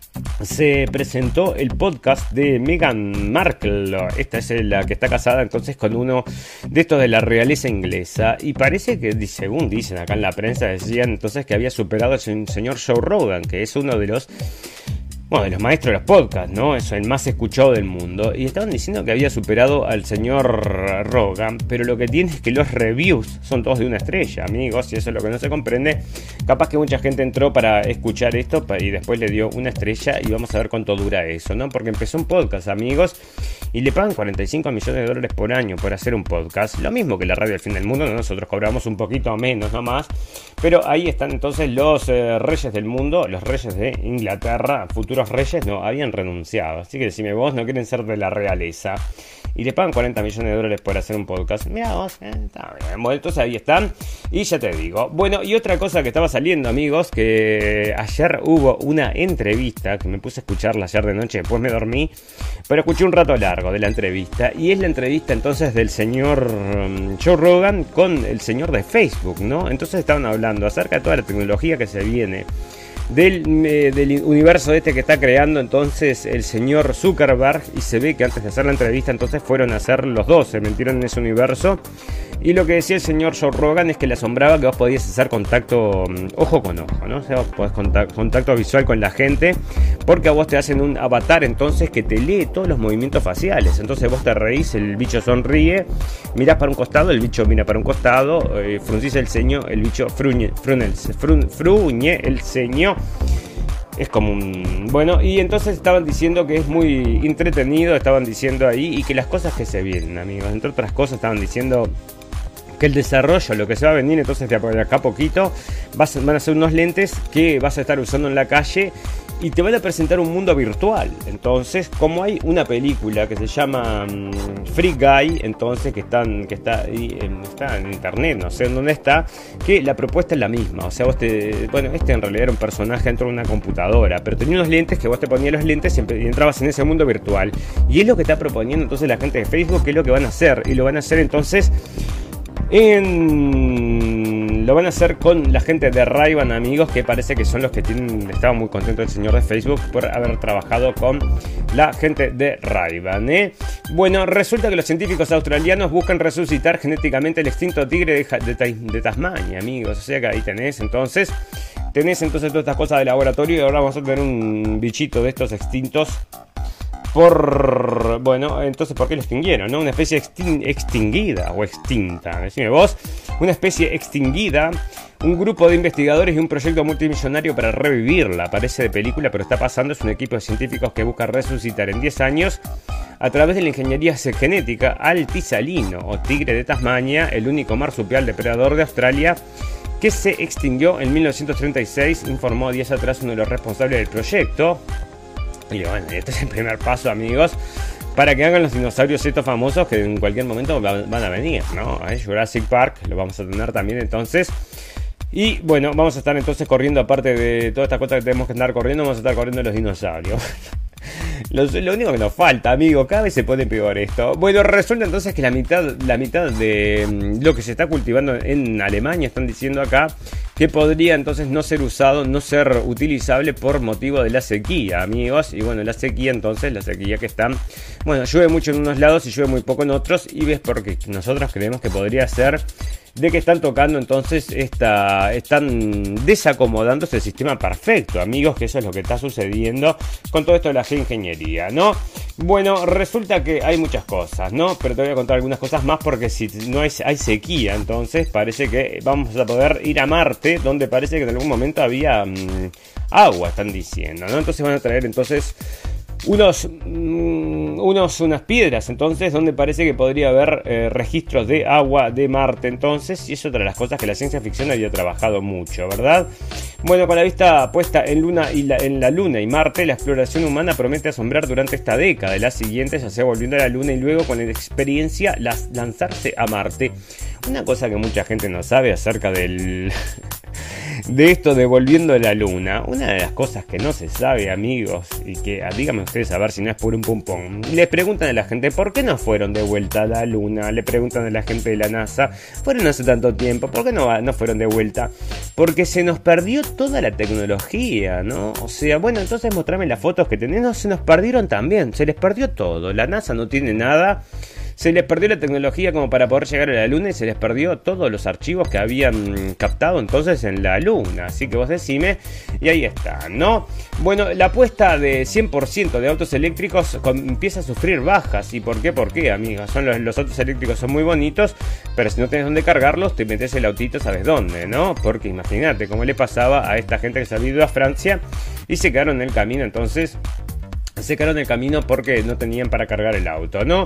se presentó el podcast de Meghan Markle. Esta es la que está casada entonces con uno de estos de la realeza inglesa, y parece que, según dicen acá en la prensa, decían entonces que había superado al señor Joe Rogan, que es uno de los Bueno, de los maestros de los podcasts, ¿no? Es el más escuchado del mundo. Y estaban diciendo que había superado al señor Rogan, pero lo que tiene es que los reviews son todos de una estrella, amigos, y eso es lo que no se comprende. Capaz que mucha gente entró para escuchar esto y después le dio una estrella, y vamos a ver cuánto dura eso, ¿no? Porque empezó un podcast, amigos, y le pagan cuarenta y cinco millones de dólares por año por hacer un podcast. Lo mismo que la radio del fin del mundo, ¿no? Nosotros cobramos un poquito menos, no más. Pero ahí están entonces los eh, reyes del mundo, los reyes de Inglaterra, futuros reyes, no, habían renunciado. Así que decime vos, no quieren ser de la realeza y le pagan cuarenta millones de dólares por hacer un podcast. Mirá vos, eh, está bien. Bueno, entonces ahí están. Y ya te digo. Bueno, y otra cosa que estaba saliendo, amigos, que ayer hubo una entrevista, que me puse a escucharla ayer de noche, después me dormí, pero escuché un rato largo de la entrevista. Y es la entrevista entonces del señor um, Joe Rogan con el señor de Facebook, ¿no? Entonces estaban hablando acerca de toda la tecnología que se viene, Del, eh, del universo este que está creando entonces el señor Zuckerberg, y se ve que antes de hacer la entrevista entonces fueron a hacer los dos, se metieron en ese universo, y lo que decía el señor Joe Rogan es que le asombraba que vos podías hacer contacto um, ojo con ojo, ¿no? O sea, vos podés contacto, contacto visual con la gente, porque a vos te hacen un avatar entonces que te lee todos los movimientos faciales. Entonces vos te reís, el bicho sonríe, mirás para un costado, el bicho mira para un costado, eh, fruncís el ceño, el bicho fruñe, frune, frun, fruñe el ceño. Es como un... Bueno, y entonces estaban diciendo que es muy entretenido, estaban diciendo ahí, y que las cosas que se vienen, amigos, entre otras cosas estaban diciendo que el desarrollo, lo que se va a venir entonces de acá a poquito, vas, van a ser unos lentes que vas a estar usando en la calle, y te van a presentar un mundo virtual. Entonces, como hay una película que se llama um, Free Guy, entonces que están que está ahí, en, está en internet, no sé en dónde está, que la propuesta es la misma. O sea, vos te, bueno, este en realidad era un personaje dentro de una computadora, pero tenía unos lentes que vos te ponías los lentes y, y entrabas en ese mundo virtual. Y es lo que está proponiendo entonces la gente de Facebook, que es lo que van a hacer, y lo van a hacer entonces en... lo van a hacer con la gente de Ray-Ban, amigos, que parece que son los que tienen... Estaba muy contento el señor de Facebook por haber trabajado con la gente de Ray-Ban, ¿eh? Bueno, resulta que los científicos australianos buscan resucitar genéticamente el extinto tigre de, de, de Tasmania, amigos. O sea que ahí tenés entonces tenés entonces todas estas cosas de laboratorio y ahora vamos a tener un bichito de estos extintos por... Bueno, entonces ¿por qué lo extinguieron, no? Una especie extin extinguida o extinta, decime vos. Una especie extinguida. Un grupo de investigadores y un proyecto multimillonario para revivirla. Parece de película, pero está pasando. Es un equipo de científicos que busca resucitar en diez años a través de la ingeniería genética al tisalino o tigre de Tasmania, el único marsupial depredador de Australia que se extinguió en mil novecientos treinta y seis, informó días atrás uno de los responsables del proyecto. Y bueno, este es el primer paso, amigos, para que hagan los dinosaurios estos famosos que en cualquier momento van a venir, ¿no? ¿Eh? Jurassic Park lo vamos a tener también entonces. Y bueno, vamos a estar entonces corriendo, aparte de toda esta cosa que tenemos que andar corriendo, vamos a estar corriendo los dinosaurios. Los, lo único que nos falta, amigo, cada vez se pone peor esto. Bueno, resulta entonces que la mitad, la mitad de lo que se está cultivando en Alemania, están diciendo acá, que podría entonces no ser usado, no ser utilizable por motivo de la sequía, amigos. Y bueno, la sequía entonces, la sequía que está, bueno, llueve mucho en unos lados y llueve muy poco en otros. Y ves porque nosotros creemos que podría ser de que están tocando entonces esta, están desacomodando este sistema perfecto, amigos, que eso es lo que está sucediendo con todo esto de la geoingeniería, ¿no? Bueno, resulta que hay muchas cosas, ¿no? Pero te voy a contar algunas cosas más porque si no hay, hay sequía, entonces parece que vamos a poder ir a Marte, donde parece que en algún momento había mmm, agua, están diciendo, ¿no? Entonces van a traer entonces unos, mm, unos unas piedras, entonces, donde parece que podría haber eh, registros de agua de Marte, entonces, y es otra de las cosas que la ciencia ficción había trabajado mucho, ¿verdad? Bueno, con la vista puesta en, Luna y la, en la Luna y Marte, la exploración humana promete asombrar durante esta década, la siguiente ya sea volviendo a la Luna y luego con la experiencia las, lanzarse a Marte. Una cosa que mucha gente no sabe acerca del... de esto de volviendo a la Luna, una de las cosas que no se sabe, amigos, y que díganme ustedes a ver si no es puro un pum pum. Les preguntan a la gente ¿por qué no fueron de vuelta a la Luna? Le preguntan a la gente de la NASA, fueron hace tanto tiempo, ¿por qué no, no fueron de vuelta? Porque se nos perdió toda la tecnología, ¿no? O sea, bueno, entonces mostrame las fotos que tenemos, se nos perdieron también, se les perdió todo, la NASA no tiene nada. Se les perdió la tecnología como para poder llegar a la Luna y se les perdió todos los archivos que habían captado entonces en la Luna. Así que vos decime, y ahí está, ¿no? Bueno, la apuesta de cien por ciento de autos eléctricos empieza a sufrir bajas. ¿Y por qué? ¿Por qué, amigos? Son los, los autos eléctricos son muy bonitos, pero si no tenés dónde cargarlos, te metes el autito, ¿sabes dónde, no? Porque imagínate cómo le pasaba a esta gente que se había ido a Francia y se quedaron en el camino, entonces... Se quedaron en el camino porque no tenían para cargar el auto, ¿no?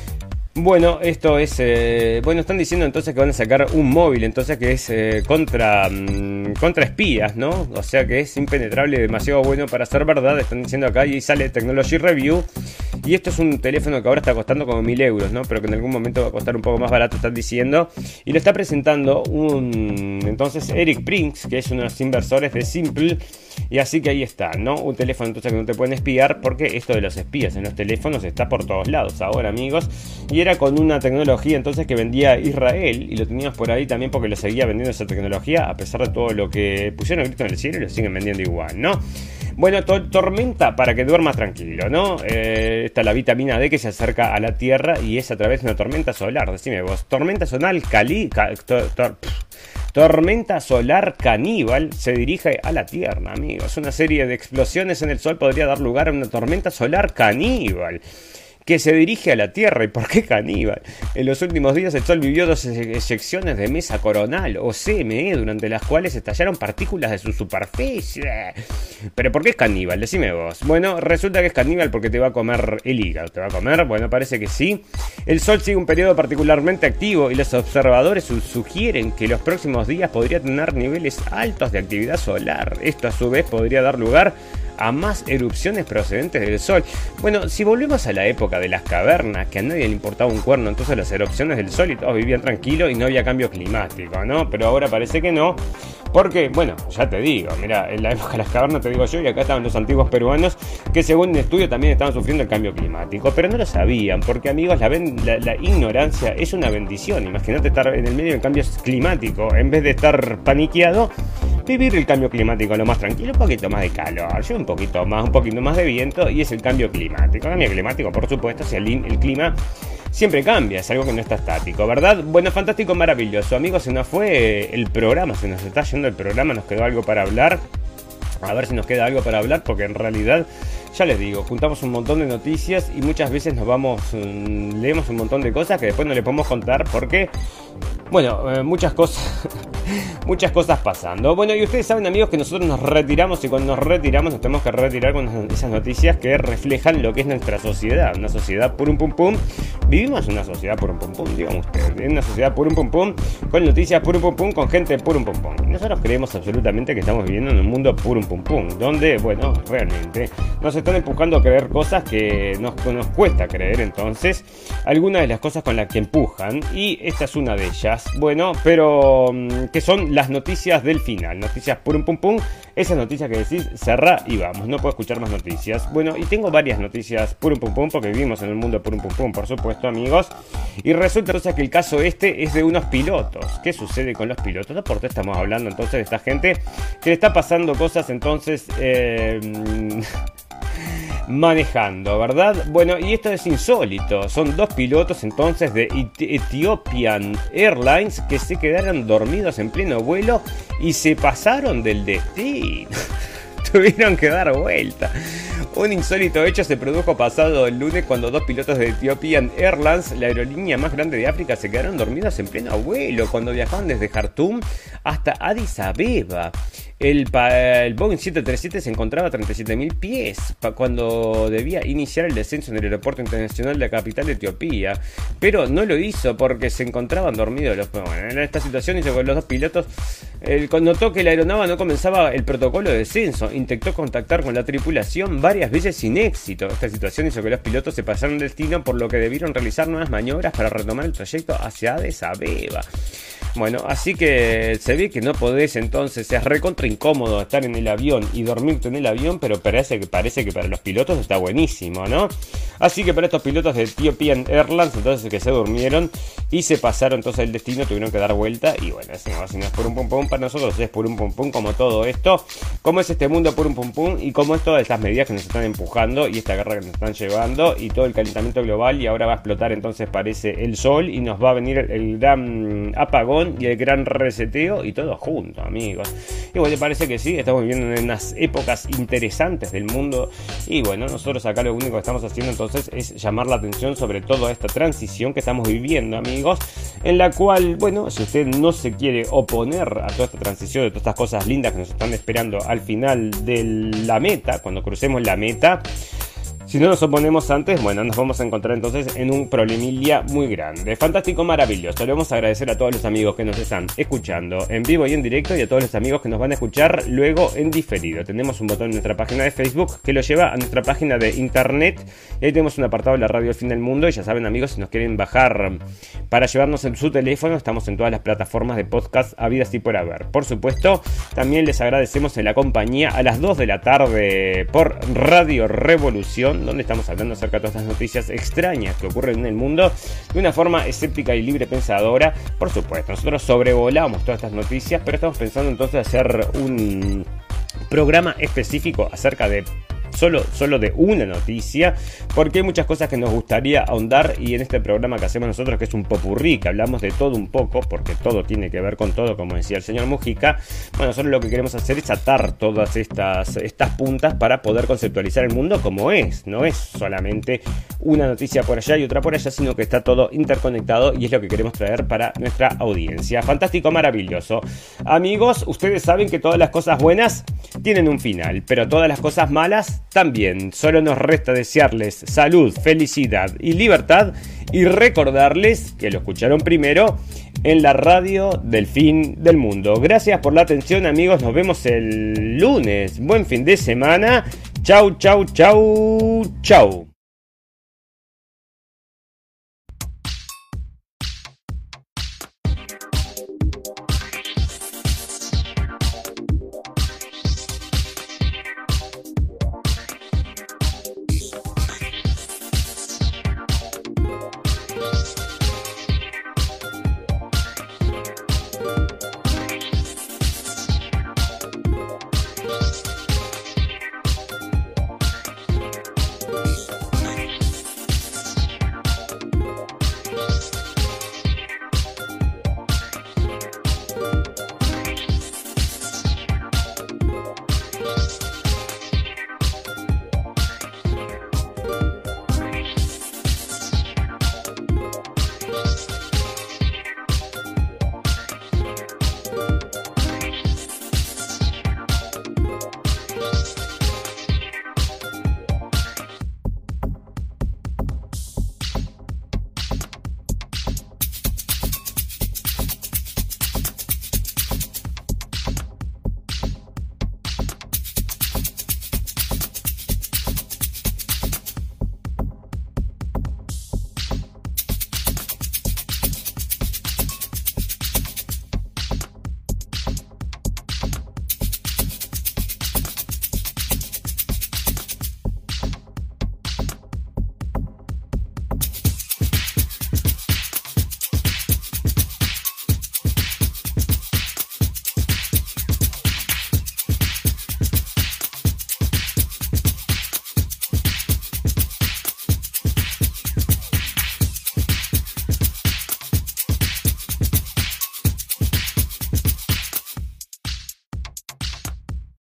Bueno, esto es... Eh, bueno, están diciendo entonces que van a sacar un móvil, entonces que es eh, contra, mmm, contra espías, ¿no? O sea que es impenetrable, demasiado bueno para ser verdad, están diciendo acá, y sale Technology Review. Y esto es un teléfono que ahora está costando como mil euros, ¿no? Pero que en algún momento va a costar un poco más barato, están diciendo. Y lo está presentando un... Entonces Eric Prince, que es uno de los inversores de Simple. Y así que ahí está, ¿no? Un teléfono entonces que no te pueden espiar, porque esto de los espías en los teléfonos está por todos lados ahora, amigos. Y era con una tecnología entonces que vendía Israel, y lo teníamos por ahí también porque lo seguía vendiendo esa tecnología, a pesar de todo lo que pusieron el grito en el cielo, y lo siguen vendiendo igual, ¿no? Bueno, to tormenta para que duermas tranquilo, ¿no? Eh, está la vitamina D que se acerca a la Tierra y es a través de una tormenta solar. Decime vos, tormenta solar cali... Ca to to Tormenta solar caníbal se dirige a la Tierra, amigos. Una serie de explosiones en el Sol podría dar lugar a una tormenta solar caníbal que se dirige a la Tierra. ¿Y por qué caníbal? En los últimos días el Sol vivió dos eyecciones de mesa coronal, o C M E, durante las cuales estallaron partículas de su superficie. ¿Pero por qué es caníbal? Decime vos. Bueno, resulta que es caníbal porque te va a comer el hígado. ¿Te va a comer? Bueno, parece que sí. El Sol sigue un periodo particularmente activo y los observadores su sugieren que los próximos días podría tener niveles altos de actividad solar. Esto a su vez podría dar lugar a más erupciones procedentes del Sol. Bueno, si volvemos a la época de las cavernas, que a nadie le importaba un cuerno entonces las erupciones del Sol y todos vivían tranquilos y no había cambio climático, ¿no? Pero ahora parece que no, porque, bueno, ya te digo, mira, en la época de las cavernas te digo yo, y acá estaban los antiguos peruanos que según un estudio también estaban sufriendo el cambio climático, pero no lo sabían, porque, amigos, la, la, la ignorancia es una bendición. Imagínate estar en el medio del cambio climático, en vez de estar paniqueado, vivir el cambio climático lo más tranquilo, un poquito más de calor, yo un poquito más, un poquito más de viento, y es el cambio climático. El cambio climático, por supuesto, si el, el clima siempre cambia, es algo que no está estático, ¿verdad? Bueno, fantástico, maravilloso. Amigos, se nos fue el programa, se nos está yendo el programa, nos quedó algo para hablar. A ver si nos queda algo para hablar, porque en realidad, ya les digo, juntamos un montón de noticias y muchas veces nos vamos, mmm, leemos un montón de cosas que después no le podemos contar porque, bueno, eh, muchas cosas, muchas cosas pasando. Bueno, y ustedes saben, amigos, que nosotros nos retiramos y cuando nos retiramos nos tenemos que retirar con esas noticias que reflejan lo que es nuestra sociedad, una sociedad purum pum pum. Vivimos en una sociedad purum pum pum, digan ustedes, en una sociedad purum pum pum, con noticias purum pum pum, con gente purum pum pum. Nosotros creemos absolutamente que estamos viviendo en un mundo purum pum pum, donde, bueno, realmente nos están empujando a creer cosas que nos, nos cuesta creer. Entonces, algunas de las cosas con las que empujan, y esta es una de ellas, bueno, pero que son las noticias del final, noticias purum pum pum, esas noticias que decís, cerrá y vamos, no puedo escuchar más noticias. Bueno, y tengo varias noticias purum pum pum, porque vivimos en el mundo purum pum pum, por supuesto, amigos, y resulta entonces que el caso este es de unos pilotos. ¿Qué sucede con los pilotos? ¿Por qué estamos hablando entonces de esta gente que le está pasando cosas entonces eh, manejando, ¿verdad? Bueno, y esto es insólito. Son dos pilotos entonces de Ethiopian Airlines que se quedaron dormidos en pleno vuelo y se pasaron del destino. Tuvieron que dar vuelta. Un insólito hecho se produjo pasado el lunes cuando dos pilotos de Ethiopian Airlines, la aerolínea más grande de África, se quedaron dormidos en pleno vuelo cuando viajaban desde Jartum hasta Addis Abeba. El, el Boeing siete treinta y siete se encontraba a treinta y siete mil pies cuando debía iniciar el descenso en el aeropuerto internacional de la capital de Etiopía, pero no lo hizo porque se encontraban dormidos. Los, bueno, en esta situación hizo que los dos pilotos el, notó que la aeronave no comenzaba el protocolo de descenso. Intentó contactar con la tripulación varias veces sin éxito. Esta situación hizo que los pilotos se pasaran del destino, por lo que debieron realizar nuevas maniobras para retomar el trayecto hacia Addis Abeba. Bueno, así que se ve que no podés, entonces es recontra incómodo estar en el avión y dormirte en el avión, pero parece que, parece que para los pilotos está buenísimo, ¿no? Así que para estos pilotos de Ethiopian Airlines, entonces que se durmieron y se pasaron entonces el destino, tuvieron que dar vuelta y bueno, así no, así no es purum pum pum, para nosotros es purum pum pum como todo esto, como es este mundo purum pum pum y como es todas estas medidas que nos están empujando y esta guerra que nos están llevando y todo el calentamiento global, y ahora va a explotar entonces parece el sol y nos va a venir el, el gran apagón y el gran reseteo y todo junto, amigos. Y bueno, parece que sí, estamos viviendo en unas épocas interesantes del mundo y bueno, nosotros acá lo único que estamos haciendo entonces es llamar la atención sobre toda esta transición que estamos viviendo, amigos, en la cual, bueno, si usted no se quiere oponer a toda esta transición, de todas estas cosas lindas que nos están esperando al final de la meta, cuando crucemos la meta, si no nos oponemos antes, bueno, nos vamos a encontrar entonces en un problemilla muy grande. Fantástico, maravilloso. Le vamos a agradecer a todos los amigos que nos están escuchando en vivo y en directo y a todos los amigos que nos van a escuchar luego en diferido. Tenemos un botón en nuestra página de Facebook que lo lleva a nuestra página de internet y ahí tenemos un apartado de la radio El Fin del Mundo y ya saben, amigos, si nos quieren bajar para llevarnos en su teléfono, estamos en todas las plataformas de podcast habidas y por haber. Por supuesto, también les agradecemos en la compañía a las dos de la tarde por Radio Revolución, donde estamos hablando acerca de todas estas noticias extrañas que ocurren en el mundo de una forma escéptica y libre pensadora. Por supuesto, nosotros sobrevolamos todas estas noticias, pero estamos pensando entonces hacer un programa específico acerca de Solo, solo de una noticia, porque hay muchas cosas que nos gustaría ahondar y en este programa que hacemos nosotros, que es un popurrí, que hablamos de todo un poco, porque todo tiene que ver con todo, como decía el señor Mujica. Bueno, nosotros lo que queremos hacer es atar todas estas, estas puntas para poder conceptualizar el mundo como es. No es solamente una noticia por allá y otra por allá, sino que está todo interconectado y es lo que queremos traer para nuestra audiencia. Fantástico, maravilloso. Amigos, ustedes saben que todas las cosas buenas tienen un final, pero todas las cosas malas también. Solo nos resta desearles salud, felicidad y libertad y recordarles que lo escucharon primero en la radio del fin del mundo. Gracias por la atención, amigos. Nos vemos el lunes. Buen fin de semana. Chau, chau, chau, chau.